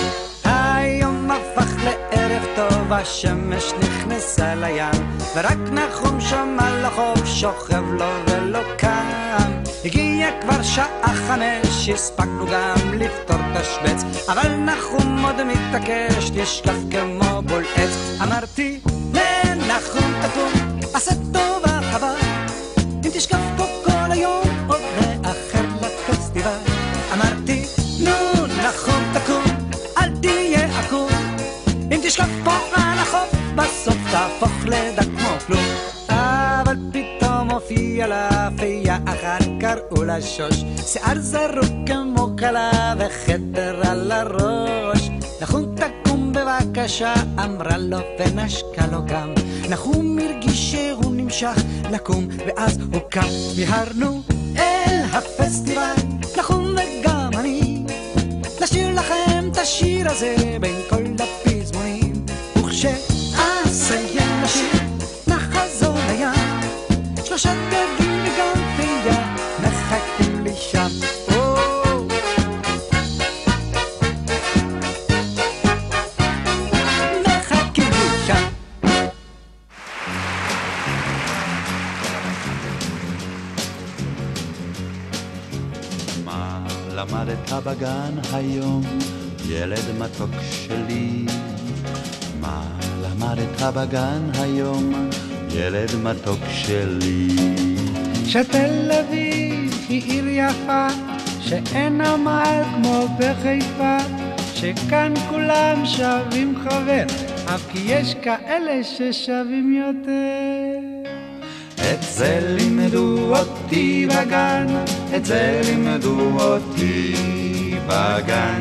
היום הפך לערב טוב, השמש נכנסה לים, ורק נחום שם על החוף שוכב לו ולא קם. הגיע כבר שעה 5, הספקנו גם לפתור את השבץ, אבל נחום עוד מתעקש, תשכב כמו בול עץ. אמרתי לנחום תקום, עשה טובה חבל, אם תשכב פה כל היום עוד נאחר לפסטיבל. אמרתי נו נחום תקום, אל תהיה עקום, אם תשכב פה על החוף בסוף תהפוך לדק כמו כלום. אבל פתאום הופיע לה פיה אחת, קראו לה שוש, שיער זרוק כמו כלה וחדר על הראש. נחום תקום בבקשה, אמרה לו ונשקה לו גם. נחום הרגיש שהוא נמשך לקום ואז הוא קם. מיהרנו אל הפסטיבל, נחום וגם אני, לשיר לכם את השיר הזה בין כל הפזמונים. וכשאסיים לשיר נחזור לים, 3 דגים וגם פיה מחכים לי שם. מחכים לי שם. מה למדת בגן היום, ילד מתוק שלי? מה למדת בגן היום, ילד מתוק שלי? שתל אביב היא עיר יפה, שאין עמל כמו בחיפה, שכאן כולם שווים חבר, אף כי יש כאלה ששווים יותר. את זה לימדו אותי בגן, את זה לימדו אותי בגן.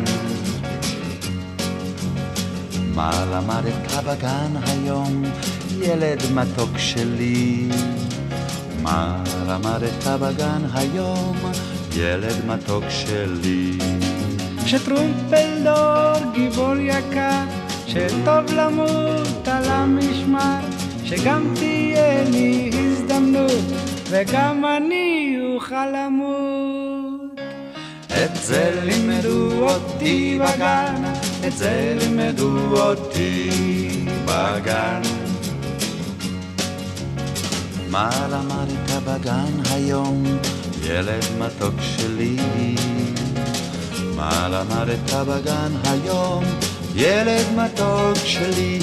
מה למדת בגן היום, ילד מתוק שלי? מה למדת בגן היום, ילד מתוק שלי? שטרומפלדור גיבור יקר, שטוב למות על המשמר, שגם תהיה לי הזדמנות וגם אני אוכל למות. את זה לימדו אותי בגן, את זה לימדו אותי בגן. מה למדת בגן היום, ילד מתוק שלי? מה למדת בגן היום, ילד מתוק שלי?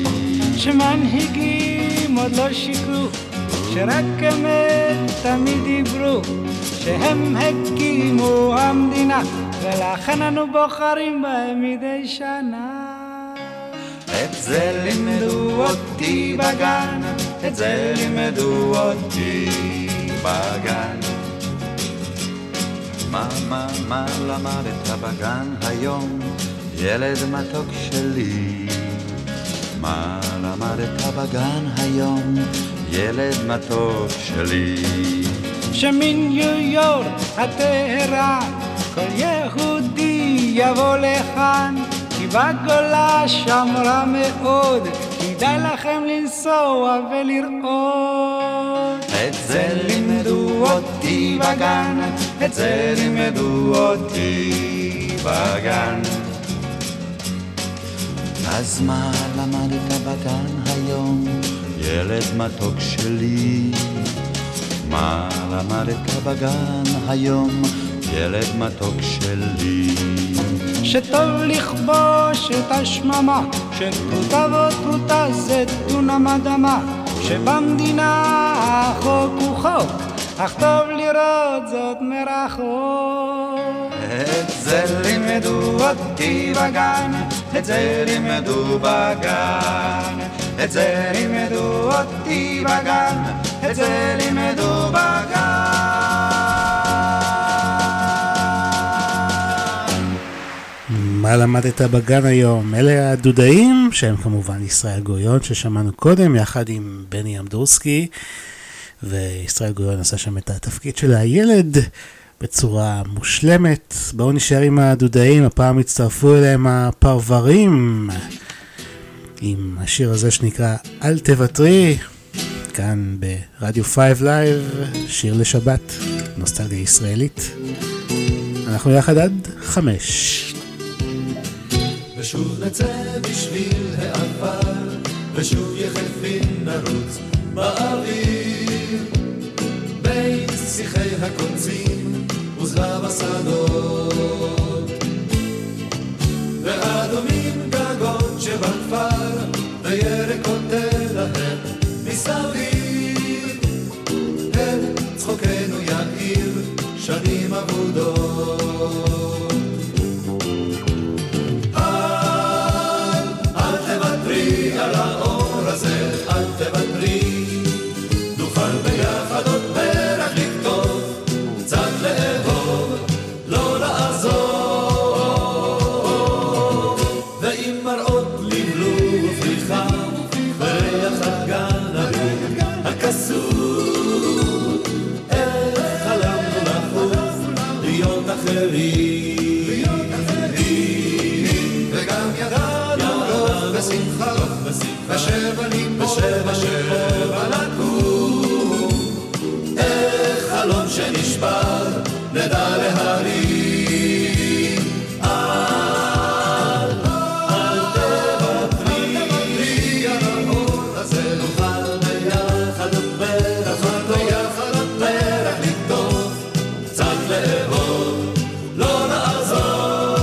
שמנהיגים עוד לא שיקרו, שרק אמת תמיד דיברו, שהם הקימו המדינה ולכן אנו בוחרים בהם מדי שנה. את זה לימדו אותי בגן, את זה לימדו אותי בגן. מה למדת בגן היום, ילד מתוק שלי? מה למדת בגן היום, ילד מתוק שלי? שניו יורק הטהרה כל יהודי יבוא לכאן, כי בגולה שם רע מאוד, כדאי לכם לנסוע ולראות. את זה לימדו אותי בגן, את זה לימדו אותי בגן. אז מה למדת בגן היום, ילד מתוק שלי? מה למדת בגן היום, ילד מתוק שלי? שטוב לכבוש את השממה, שפרוטה ופרוטה זה דונם אדמה, שבמדינה החוק הוא חוק, אך טוב לראות זאת מרחוק. את זה לימדו אותי בגן, את זה לימדו בגן, את זה לימדו אותי בגן, את זה לימדו בגן. מה למדת בגן היום? אלה הדודאים, שהם כמובן ישראל גוריון ששמענו קודם, יחד עם בני אמדורסקי, וישראל גוריון עשה שם את התפקיד של הילד בצורה מושלמת. בואו נשאר עם הדודאים, הפעם הצטרפו אליהם הפרברים, עם השיר הזה שנקרא אל תוותרי, כאן ברדיו 5 לייב, שיר לשבת, נוסטלגיה ישראלית. אנחנו יחד עד 5. ושוב נצא בשביל העבר, ושוב יחפים נרוץ באוויר, בין שיחי הקונצים וזהב השדות, ואדומים גגות שבכפר, וירקות תלהב מסביב, אל צחוקנו יאיר שנים אבודות. על האור הזה, אל תוותרי, נוכל ביחד עוד פרח לכתוב, קצת לאהוב, לא לעזוב. ואם מראות לבלו ופריחה, וריח הגן ההוא הקסום, איך חלמנו לחוף, להיות אחרים, וגם ידענו רוב בשמחה, בשבעים בשבע לקום, איך חלום שנשבר נדע להרים. אל תוותרי על האור הזה, נוכל ביחד עוד פרח לכתוב, קצת לאהוב, לא לעזוב.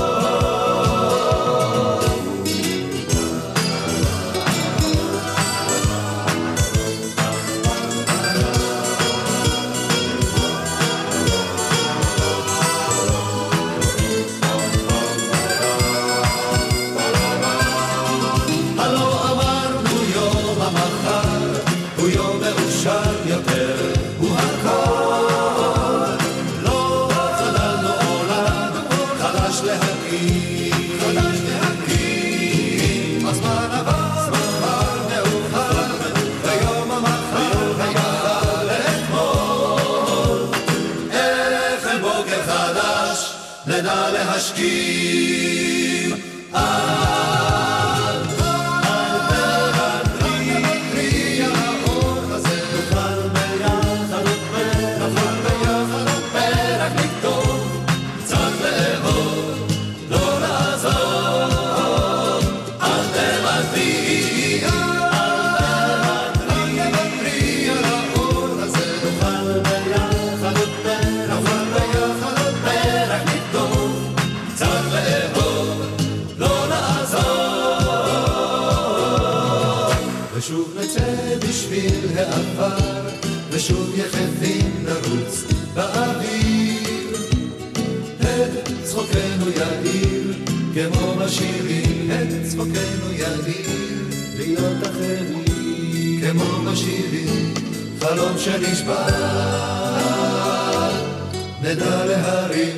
נדע להשכים. אל תוותרי על האור הזה, נוכל ביחד עוד פרח לכתוב, קצת לאהוב, לא לעזוב. אל תוותרי על האור הזה, נוכל ביחד עוד פרח לכתוב, קצת לאהוב, לא לעזוב. ושוב נצא בשביל העבר, ושוב יחפים נרוץ באוויר, את צחוקנו יאיר כמו בשירים, את צחוקנו יאיר להיות אחרים כמו בשירים, חלום שנשבר נדע להרים.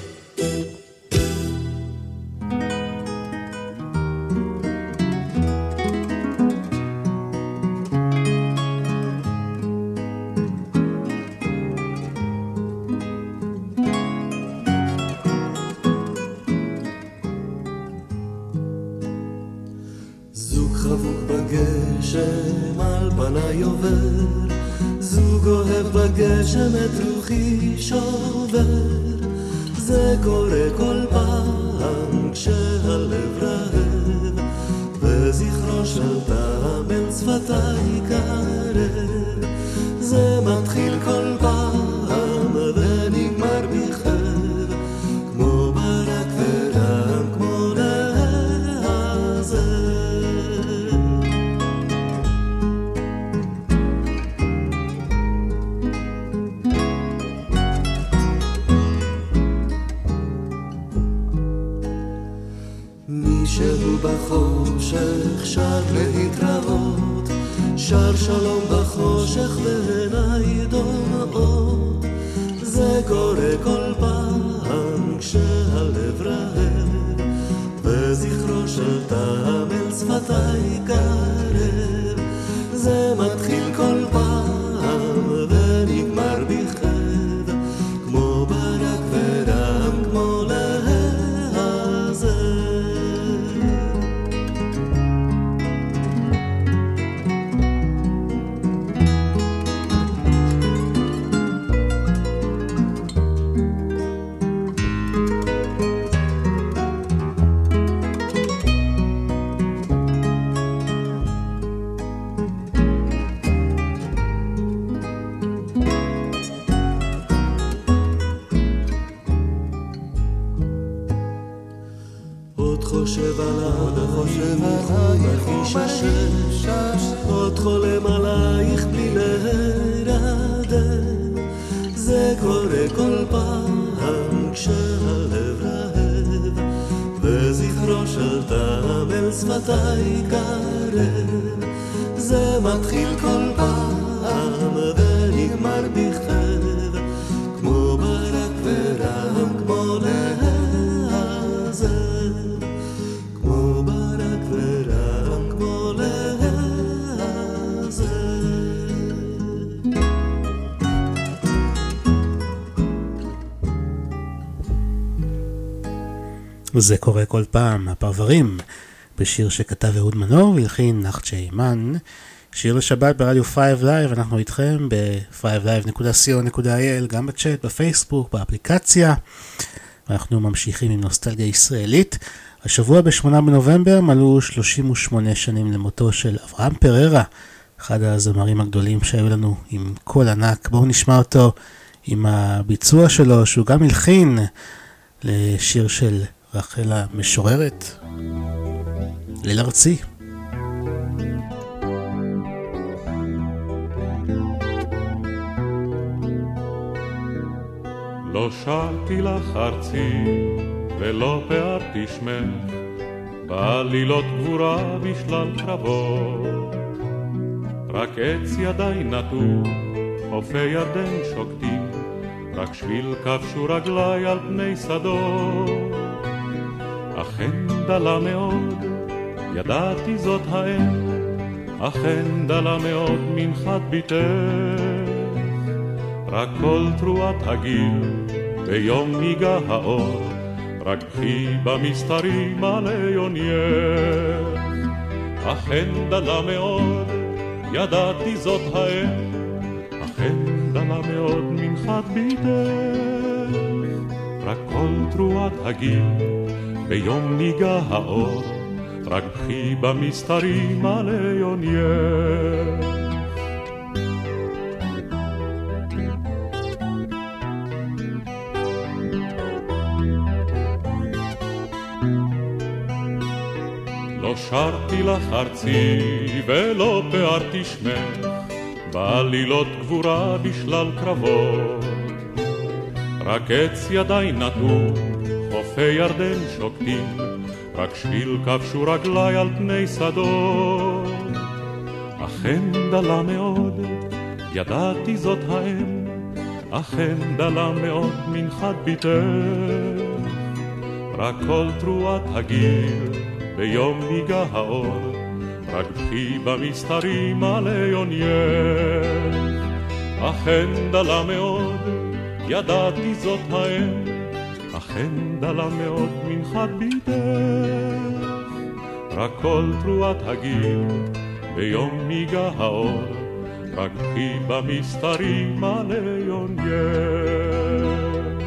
זוג חבוק בגשם על פניי עובר, זוג אוהב בגשם את רוחי שובר. זה קורה כל פעם כשהלב רעב, וזכרו של טעם אל שפתיי קרב. זה מתחיל כל פעם ונגמר בכאב, כמו ברק ורם, כמו לעזר. מישהו בחושך שר להתראות, שר שלום בחושך ועיניי דומעות. זה קורה כל פעם כשהלב רעב, וזכרו של טעם אל שפתיי קרב. זה מתחיל כל פעם ונגמר בכאב, כמו ברק ורם, כמו לעזר. חושב עלייך ומרגיש השש, עוד חולם עלייך בלי להירדם. זה קורה כל פעם כשהלב רעב, וזכרו של טעם אל שפתיי קרב. זה מתחיל כל פעם ונגמר בכאב, כמו ברק ורם, כמו לעזר. כמו ברק ורם, כמו לעזר. זה קורה כל פעם, הפרברים, בשיר שכתב אהוד מנור והלחין נחצ'ה אימן. שיר לשבת ברדיו 5 Live, אנחנו איתכם ב5live.co.il, גם בצ'אט, בפייסבוק, באפליקציה. אנחנו ממשיכים עם נוסטלגיה ישראלית. השבוע ב8 בנובמבר מלאו 38 שנים למותו של אברהם פררה, אחד הזמרים הגדולים שהיו לנו עם קול ענק. בואו נשמע אותו עם הביצוע שלו, שהוא גם הלחין לשיר של רחל המשוררת, ליל ארצי. לא שרתי לך ארצי ולא פארתי שמך, בעלילות גבורה בשלל קרבות. רק עץ ידיי נטו, חופי ירדן שוקטים, רק שביל כבשו רגליי על פני שדות. אכן דלה מאוד, ידעתי זאת האם, אכן דלה מאוד מנחת ביתך. רק כל תרועת הגיל ביום ניגע האור, רק בכי במסתרים על עיונייך. אכן דלה מאוד, ידעתי זאת האם, אכן דלה מאוד מנחת ביתך. רק כל תרועת הגיל ביום ניגע האור, רק בכי במסתרים על עיונייך. לא שרתי לך ארצי ולא פארתי שמך, בעלילות גבורה בשלל קרבות. רק עץ ידיי נטו, חופי ירדן שוקטים, רק שביל כבשו רגליי על פני שדות. אכן דלה מאוד, ידעתי זאת האם, אכן דלה מאוד מנחת ביתך, רק כל תרועת הגיל ביום ניגה האור, רק בכי במסתרים עלי עונייך. אכן דלה מאוד, ידעתי זאת האם, אכן דלה מאוד מנחת ביתך, רק כל תרועת הגיל ביום ניגה האור, רק בכי במסתרים עלי עונייך.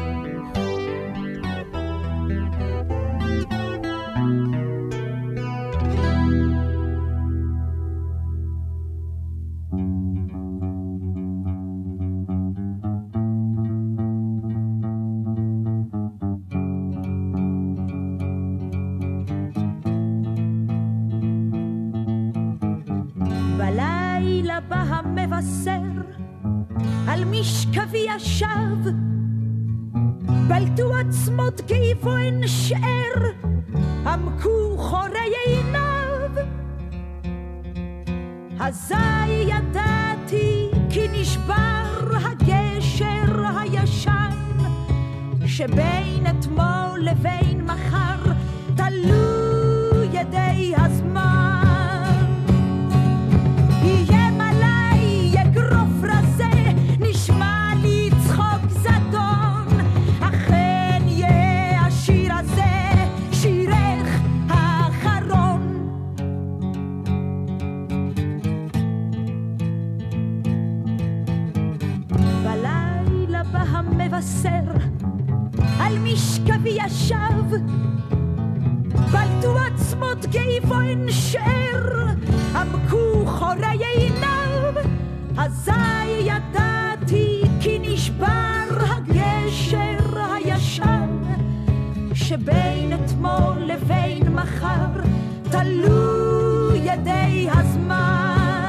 על משכבי ישב, בלטו עצמות כאיפה אין שאר, עמקו חורי עיניו. אזי ידעתי כי נשבר הגשר הישן, שבין אתמול לבין מחר תלו ידי הזמן. על משכבי ישב, בלטו עצמות כאיפה אין שאר, עמקו חורי עיניו. אזי ידעתי כי נשבר הגשר הישן, שבין אתמול לבין מחר תלו ידי הזמן.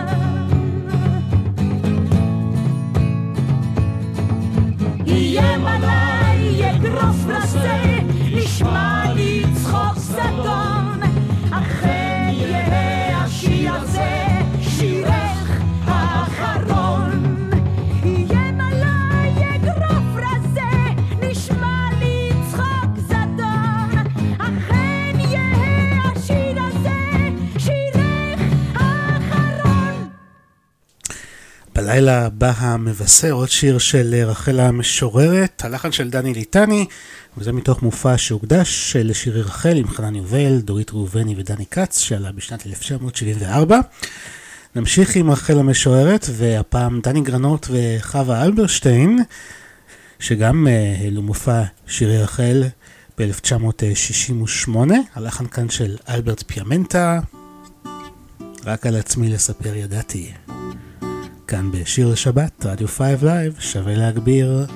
איים עליי יגרוף רזה, נשמע לי צחוק זדון, אכן יהיה השיר הזה שירך האחרון. איים עליי יגרוף רזה, נשמע לי צחוק זדון, אכן יהיה השיר הזה שירך האחרון. בלילה בא המבשר, עוד שיר של רחל המשוררת, הלחן של דני ליטני, וזה מתוך מופע שהוקדש לשירי רחל עם חנן יובל, דורית ראובני ודני קץ, שעלה בשנת 1974. נמשיך עם רחל המשוררת, והפעם דני גרנות וחווה אלברשטיין, שגם העלו מופע שירי רחל ב-1968, הלחן כאן של אלברט פיאמנטה, רק על עצמי לספר ידעתי. כאן בשיר לשבת, רדיו 5 לייב, שווה להגביר.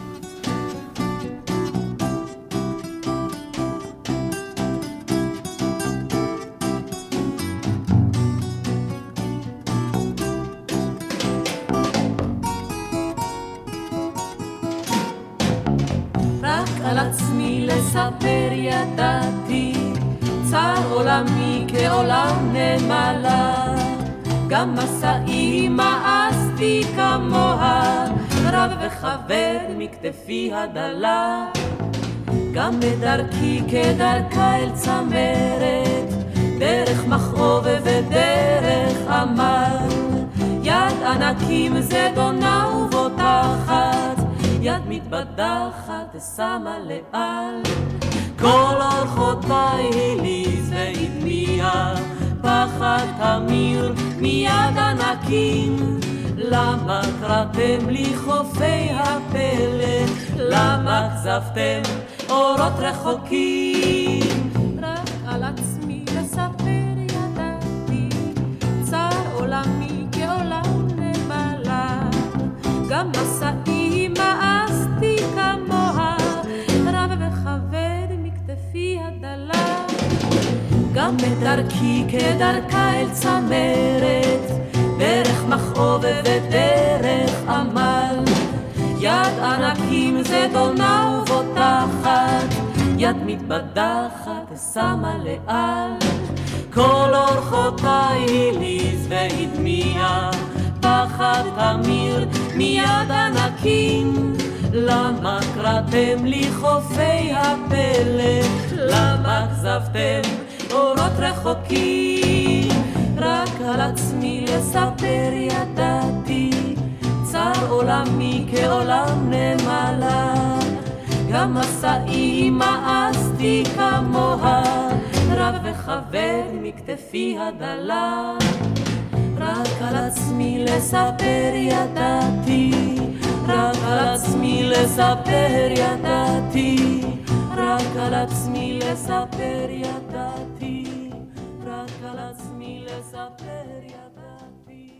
רק על עצמי לספר ידעתי, צר עולמי כעולם נמלה, גם מסעי מאסתי כמוה, רב וחבר מכתפי הדלה. גם בדרכי כדרכה אל צמרת, דרך מכאוב ודרך עמל, יד ענקים זדונה ובוטחת, יד מתבדחת ושמה לאל. כל אורחותיי הליז והדמיע, פחד תמיר מיד ענקים. למה קראתם לי חופי הפלא? למה כזבתם אורות רחוקים? רק על עצמי לספר ידעתי, צר עולמי כעולם נמלה, גם מסעי מאסתי כמוה, רב וחבר מכתפי הדלה. גם בדרכי כדרכה אל צמרת, דרך מכאוב ודרך עמל, יד ענקים זדונה ובוטחת, יד מתבדחת ושמה לאל. כל אורחותיי הליז והדמיע, פחד תמיר מיד ענקים. למה קראתם לי חופי הפלא? למה כזבתם אורות רחוקים? רק על עצמי לספר ידעתי, צר עולמי כעולם נמלה. גם מסעי מאסתי כמוה, רב וכבד מכתפי הדלה. רק על עצמי לספר ידעתי, רק על עצמי לספר ידעתי, רק על עצמי לספר ידעתי, רק על עצמי לספר ידעתי.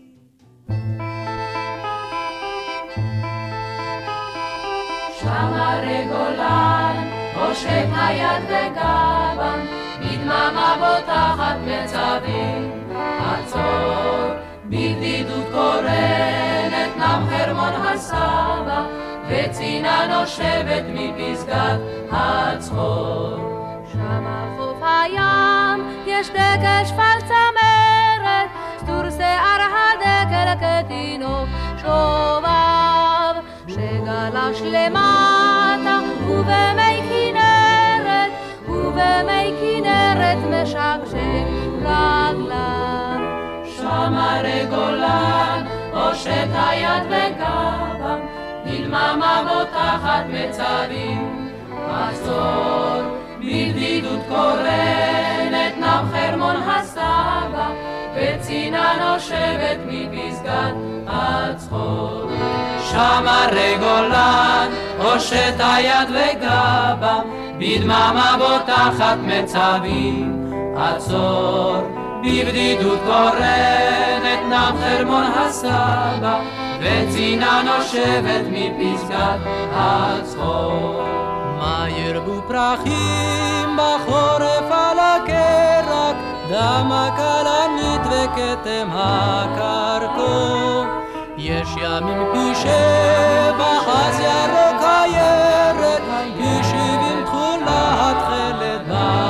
שם הרגולן הושט היד בגבם, בדממה בוטחת מצבים. עצור, בבדידות קורנת נם חרמון הסבא, וצינה נושבת מפסגת הצחור. שם על חוף הים יש דגל שפל צמרת, סטור שיער הדגל כתינוק שובב, שגלש למטה ובמי כנרת, ובמי כנרת משקשק רגליו. שם הרגולן הושט היד בגבם, בדממה בוטחת מצבים. עצור, בבדידות קורנת נם חרמון הסבא, וצינה נושבת מפסגת הצחור. שם הרגולן הושט היד וגבם, בדממה בוטחת מצבים. עצור, בבדידות קורנת נם חרמון הסבא, וצינה נושבת מפסגת הצחור. מה ירבו פרחים בחורף על הקרק, דם הכלנית וכתם הקרקור. יש ימים פי 7 אז ירוק הירק, פי 70 תכולה התכלת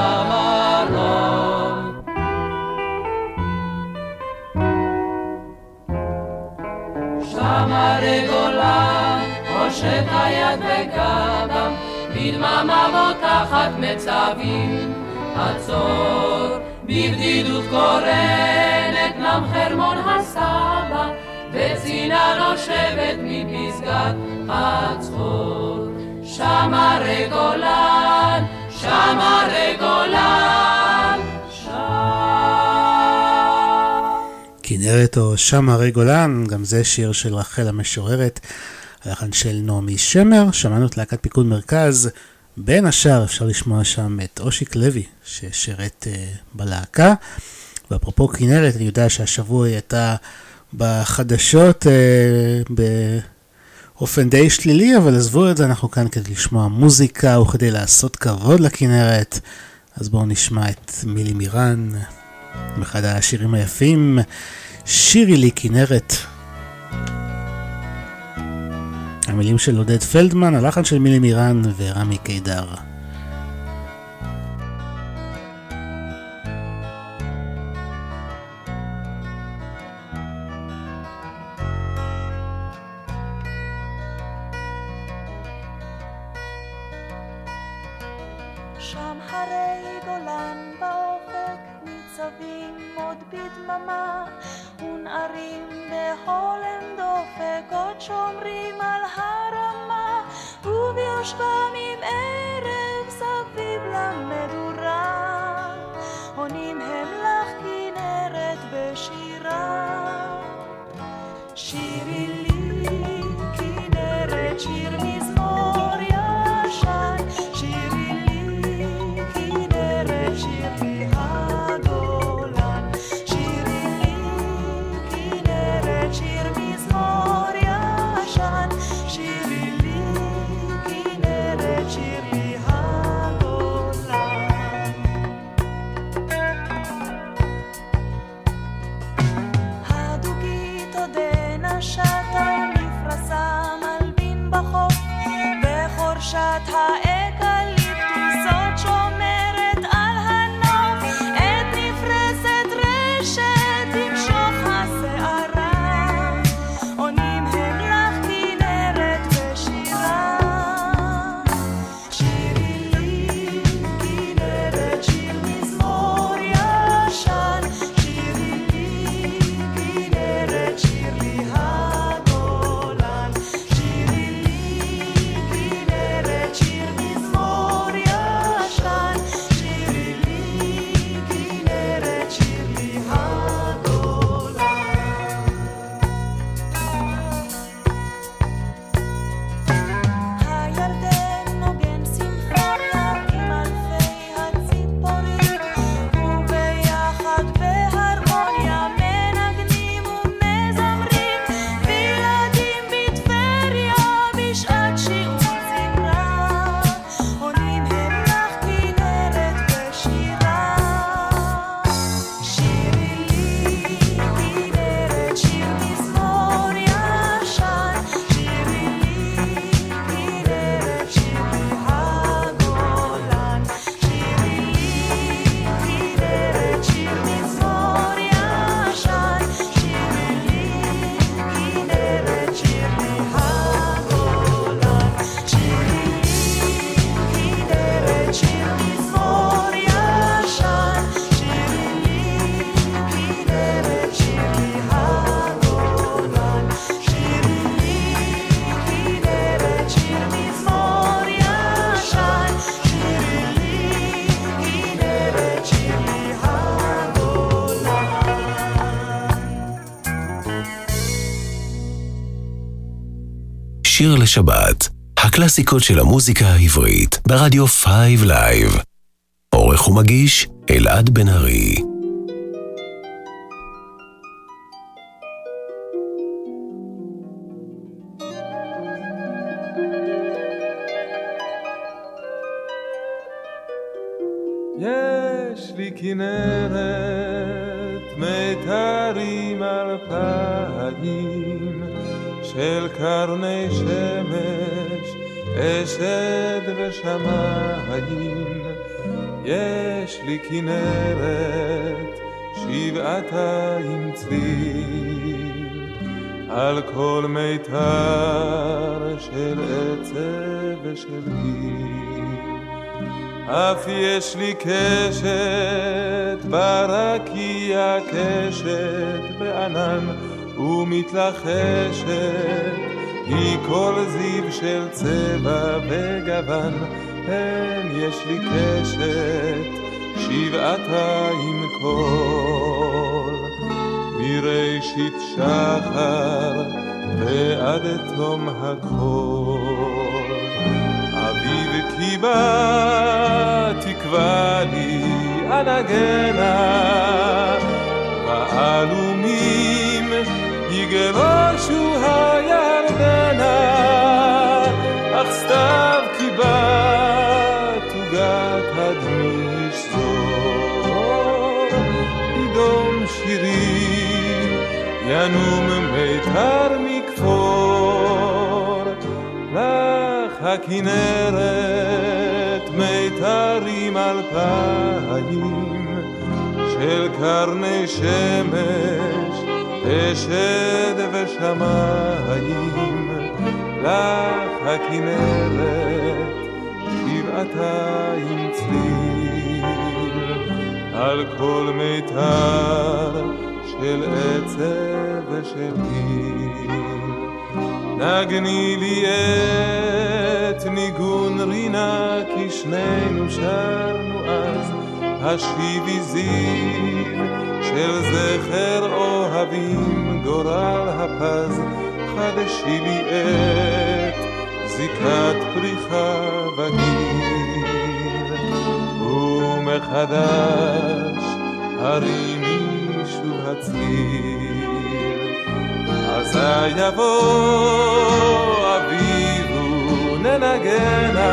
במרום. שם הרגולן הושט היד בגבם, בדממה בוטחת מצבים. עצור, בבדידות קורנת נם חרמון הסבא, וצינה נושבת מפסגת הצחור. שם הרגולן, שם הרגולן, כנרת או שם הרי גולן, גם זה שיר של רחל המשוררת, הלחן של נעמי שמר. שמענו את להקת פיקוד מרכז, בין השאר אפשר לשמוע שם את אושיק לוי ששירת בלהקה. ואפרופו כנרת, אני יודע שהשבוע היא הייתה בחדשות באופן די שלילי, אבל עזבו את זה, אנחנו כאן כדי לשמוע מוזיקה וכדי לעשות כבוד לכנרת. אז בואו נשמע את מילי מירן, אחד השירים היפים, שירי לי כנרת. המילים של עודד פלדמן, הלחן של מילי מירן ורמי קידר. שם הרי גולן באופק ניצבים עוד בדממה, ונערים בהולם דופק עוד שומרים על הרמה, וביושבם עם ערב סביב למדורה, עונים הם לך כנרת בשירה. שירי לי כנרת שיר מזמור ישן, שירי לי כנרת שיר לי הגולן, שירי לי כנרת שיר מזמור ישן, שירי לי כנרת שיר לי הגולן. הדוגית עודנה שטה מפרסה מלבין בחוף, בחורשת האקליפטוס עוד שומרת על הנוף, את נפרסת רשת תמשוך השערה, עונים הם לך כנרת בשירה. שיר לשבת, הקלאסיקות של המוזיקה העברית, ברדיו 5 לייב. עורך ומגיש, אלעד בן ארי. יש לי כנרת מיתרים אלפיים של קרני שמש, אשד ושמיים. יש לי כנרת שבעתיים צליל על כל מיתר של עצב ושל גיל. אף יש לי קשת ברקיע, קשת בענן ומתלחשת, היא כל זיו של צבע וגוון. אין יש לי קשת שבעתיים כל, מראשית שחר ועד תום הכל. אביב קיבה תקווה לי אנגנה, ועלומים יגלושו הירדנה, אך סתיו קיבה תוגת הדמי שזור. ידום שירי ינום מיתר מכפור, לך הכנרת מיתרים אלפיים של קרני שמש, אשד ושמיים. לך הכנרת שבעתיים צליל על כל מיתר של עצב ושל גיל. נגני לי את ניגון רינה, כי שנינו שרנו אז השיבי זיו של זכר אוהבים גורל הפז. חדשי לי את זיקת פריחה בגיל, ומחדש הרימי שוב הצליל. אזי יבוא אביב וננגנה,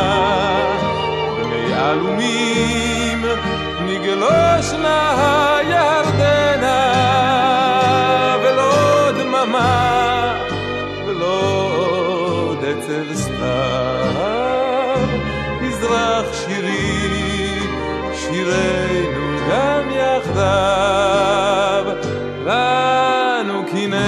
במי עלומים נגלושנה הירדנה, ולא דממה ולא עוד עצב סתיו. יזרח שירי שירנו גם יחדיו, לנו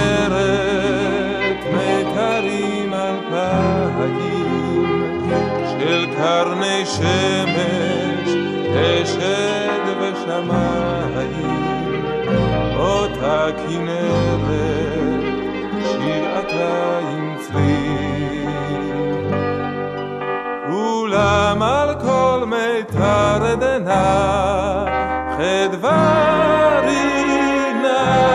כנרת מיתרים אלפיים של קרני שמש, אשד ושמיים. אותה כנרת שבעתיים צליל, אולם על כל מיתר עדנה חדווה רינה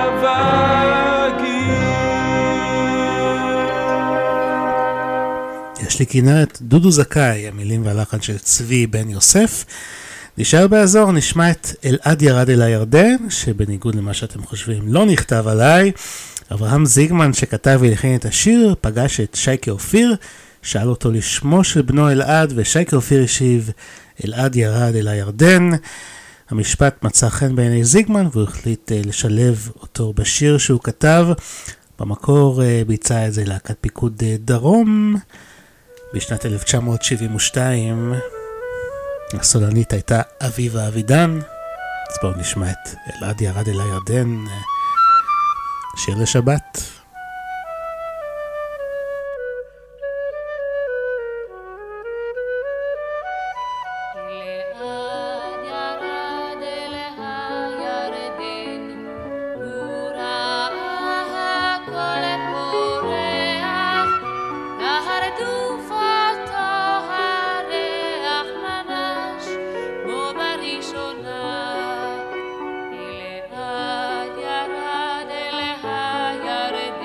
וגיל. יש לי כנרת דודו זכאי, המילים והלחן של צבי בן יוסף. נשאר באזור, נשמע את אלעד ירד אל הירדן, שבניגוד למה שאתם חושבים לא נכתב עליי. אברהם זיגמן שכתב והלחין את השיר פגש את שייקה אופיר, שאל אותו לשמו של בנו אלעד, ושייקה אופיר השיב אלעד ירד אל הירדן. המשפט מצא חן בעיני זיגמן והוא החליט לשלב אותו בשיר שהוא כתב. במקור ביצע את זה להקת פיקוד דרום בשנת 1972. הסולנית הייתה אביבה אבידן. אז בואו נשמע את אלעד ירד אל הירדן, שיר לשבת. ירד אל הירדן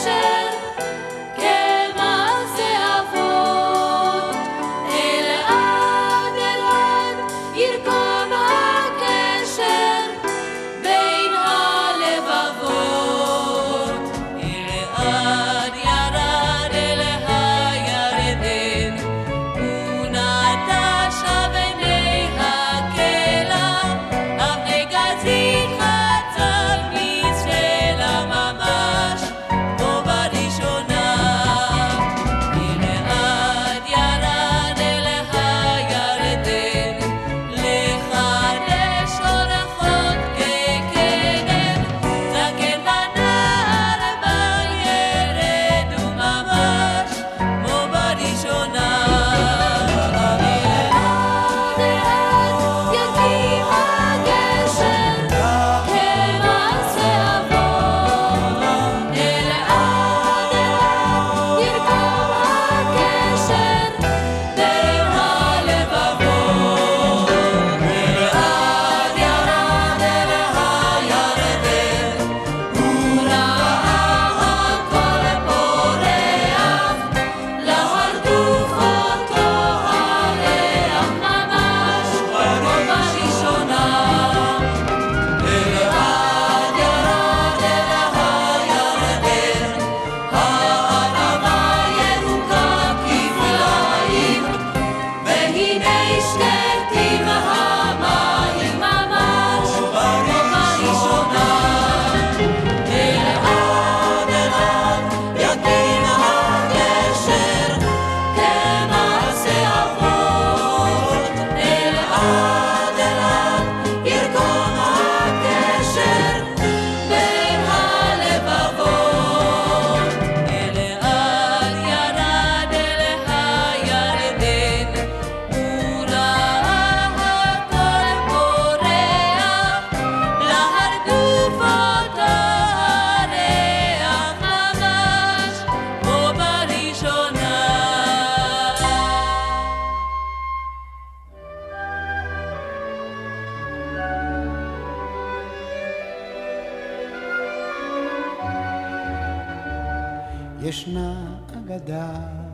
ישנה אגדה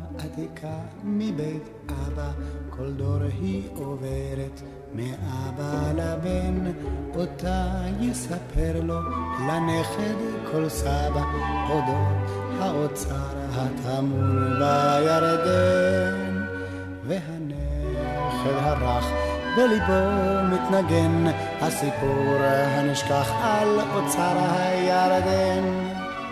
עתיקה מבית אבא, כל דור היא עוברת מאבא לבן, אותה יספר לו לנכד כל סבא, אודות האוצר הטמון בירדן. והנכד הרך בליבו מתנגן הסיפור הנשכח על אוצר הירדן.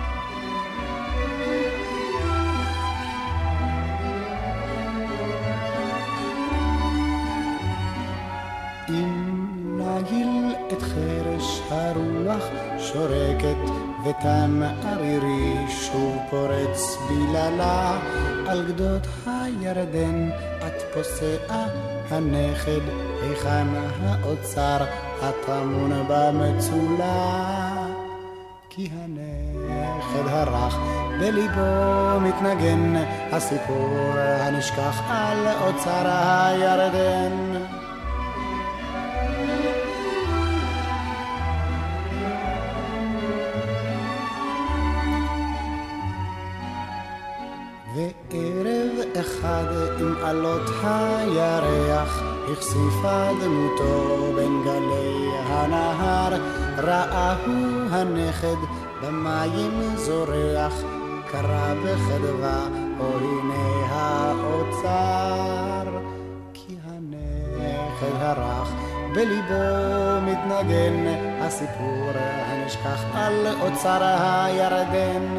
אם נגיל את חרש הרוח שורקת ותן ערירי שוב פורץ בללה על גדות הירדן, את פוסעה הנכד היכן האוצר הטמון במצולה. כי הנכד הרך בליבו מתנגן הסיפור הנשכח על אוצר הירדן. וערב אחד עם עלות הירח החשיפה דמותו בין גלי הנהר, ראהו הנכד במים זורח, קרא בחדווה או הנה האוצר. כי הנכד הרך בליבו מתנגן הסיפור הנשכח על אוצר הירדן.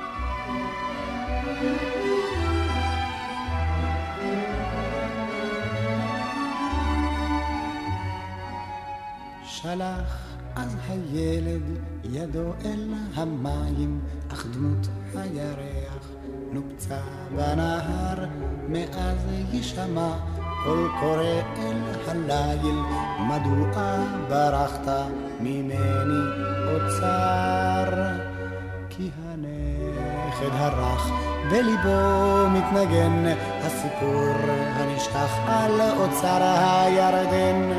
שלח אז הילד ידו אל המים, אך דמות הירח נופצה בנהר. מאז ישמע קול קורא אל הליל, מדוע ברחת ממני אוצר? כי הנכד הרך בליבו מתנגן הסיפור הנשכח על אוצר הירדן.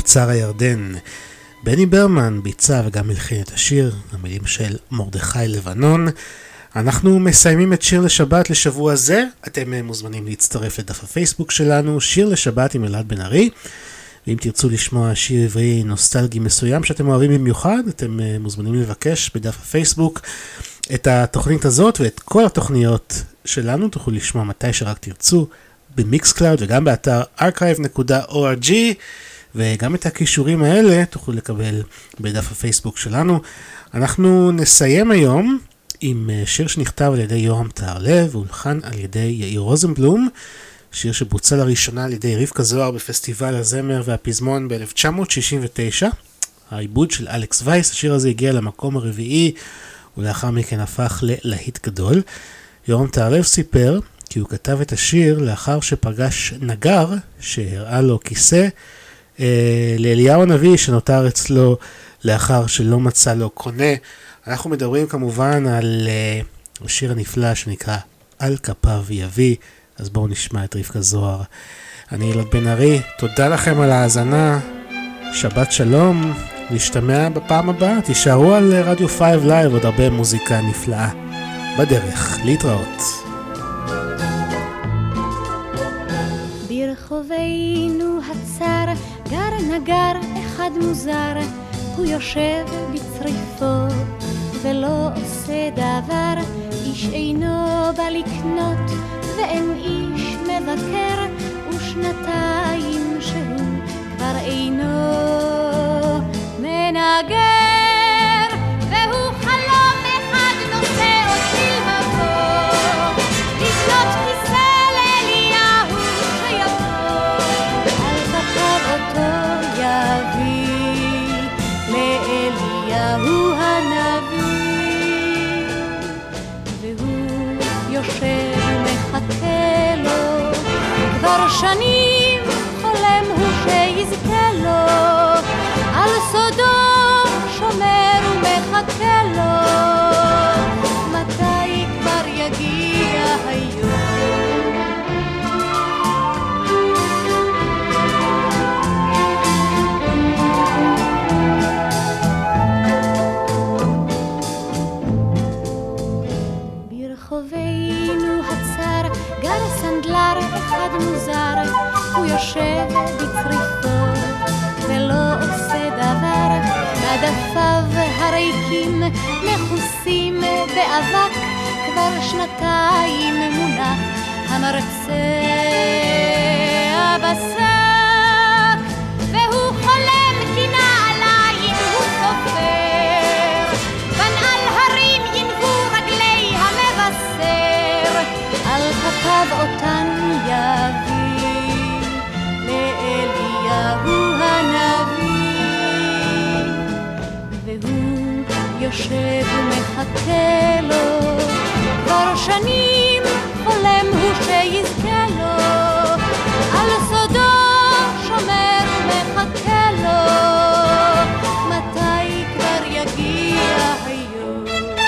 אוצר הירדן. בני ברמן ביצע וגם מלחין את השיר, המילים של מרדכי לבנון. אנחנו מסיימים את שיר לשבת לשבוע זה. אתם מוזמנים להצטרף לדף הפייסבוק שלנו, שיר לשבת עם אלעד בן ארי. ואם תרצו לשמוע שיר עברי נוסטלגי מסוים שאתם אוהבים במיוחד, אתם מוזמנים לבקש בדף הפייסבוק את התוכנית הזאת ואת כל התוכניות שלנו. תוכלו לשמוע מתי שרק תרצו במיקס קלאוד וגם באתר archive.org, וגם את הכישורים האלה תוכלו לקבל בדף הפייסבוק שלנו. אנחנו נסיים היום עם שיר שנכתב על ידי יורם טהרלב והולחן על ידי יאיר רוזנבלום, שיר שבוצע לראשונה על ידי רבקה זוהר בפסטיבל הזמר והפזמון ב-1969, העיבוד של אלכס וייס. השיר הזה הגיע למקום הרביעי ולאחר מכן הפך ללהיט גדול. יורם טהרלב סיפר כי הוא כתב את השיר לאחר שפגש נגר שהראה לו כיסא לאליהו הנביא שנותר אצלו לאחר שלא מצא לו קונה. אנחנו מדברים כמובן על השיר הנפלא שנקרא על כפיו יביא. אז בואו נשמע את רבקה זוהר. אני אלעד בן ארי, תודה לכם על ההאזנה, שבת שלום, נשתמע בפעם הבאה, תישארו על רדיו 5 לייב, עוד הרבה מוזיקה נפלאה בדרך, להתראות. ברחובנו הצר גר נגר אחד מוזר, הוא יושב בצריפו ולא עושה דבר, איש אינו בא לקנות ואין איש מבקר, ושנתיים שהוא כבר אינו מנגר, והוא חלום אחד נושא אותי לבוא, לקנות כיסא לאליהו שיבוא, על כפיו אותו יביא לאליהו הנביא, והוא יושב מחכה לו, כבר שנים חולם הוא שיזכה לו, על סודו שומר ומחכה לו, מתי כבר יגיע היום. ברחובנו הצר גר סנדלר אחד מוזר, הוא יושב בצריפו ולא עושה דבר, עדפיו הריקים מכוסים באבק, כבר שנתיים מונח המרצע בשק, והוא חולם כי נעליים הוא סופר, בנעל הרים ינבו רגלי המבשר, על כפיו אותן יביא לאליהו הנביא, והוא יושב ומחכה לו, כבר שנים חולם הוא שיזכה לו, על סודו שומר ומחכה לו, מתי כבר יגיע היום.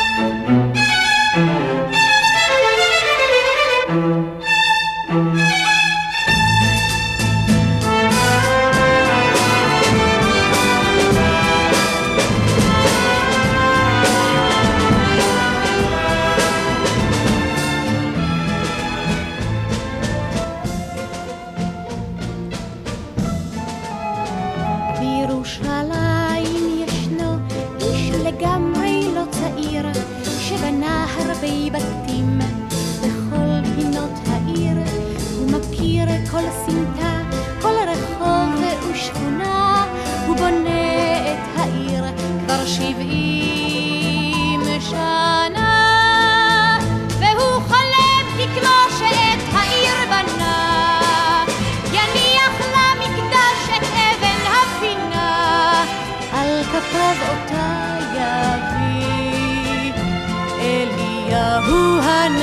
שבנה הרבה בתים בכל פינות העיר, הוא מכיר כל סמטה, כל רחוב ושכונה, הוא בונה את העיר כבר 70 שנה, והוא חולם כי כמו שאת העיר בנה, יניח למקדש את אבן הפינה, על כפיו אותה יביא אליהו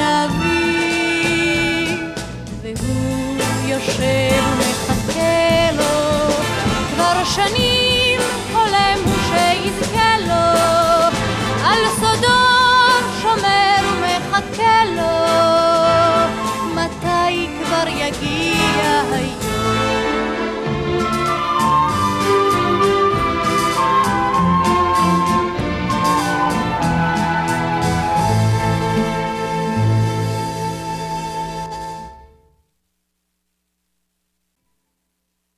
הנביא, והוא יושב ומחכה לו, כבר שנים חולם הוא שיזכה לו, על סודו שומר ומחכה לו, מתי כבר יגיע היום.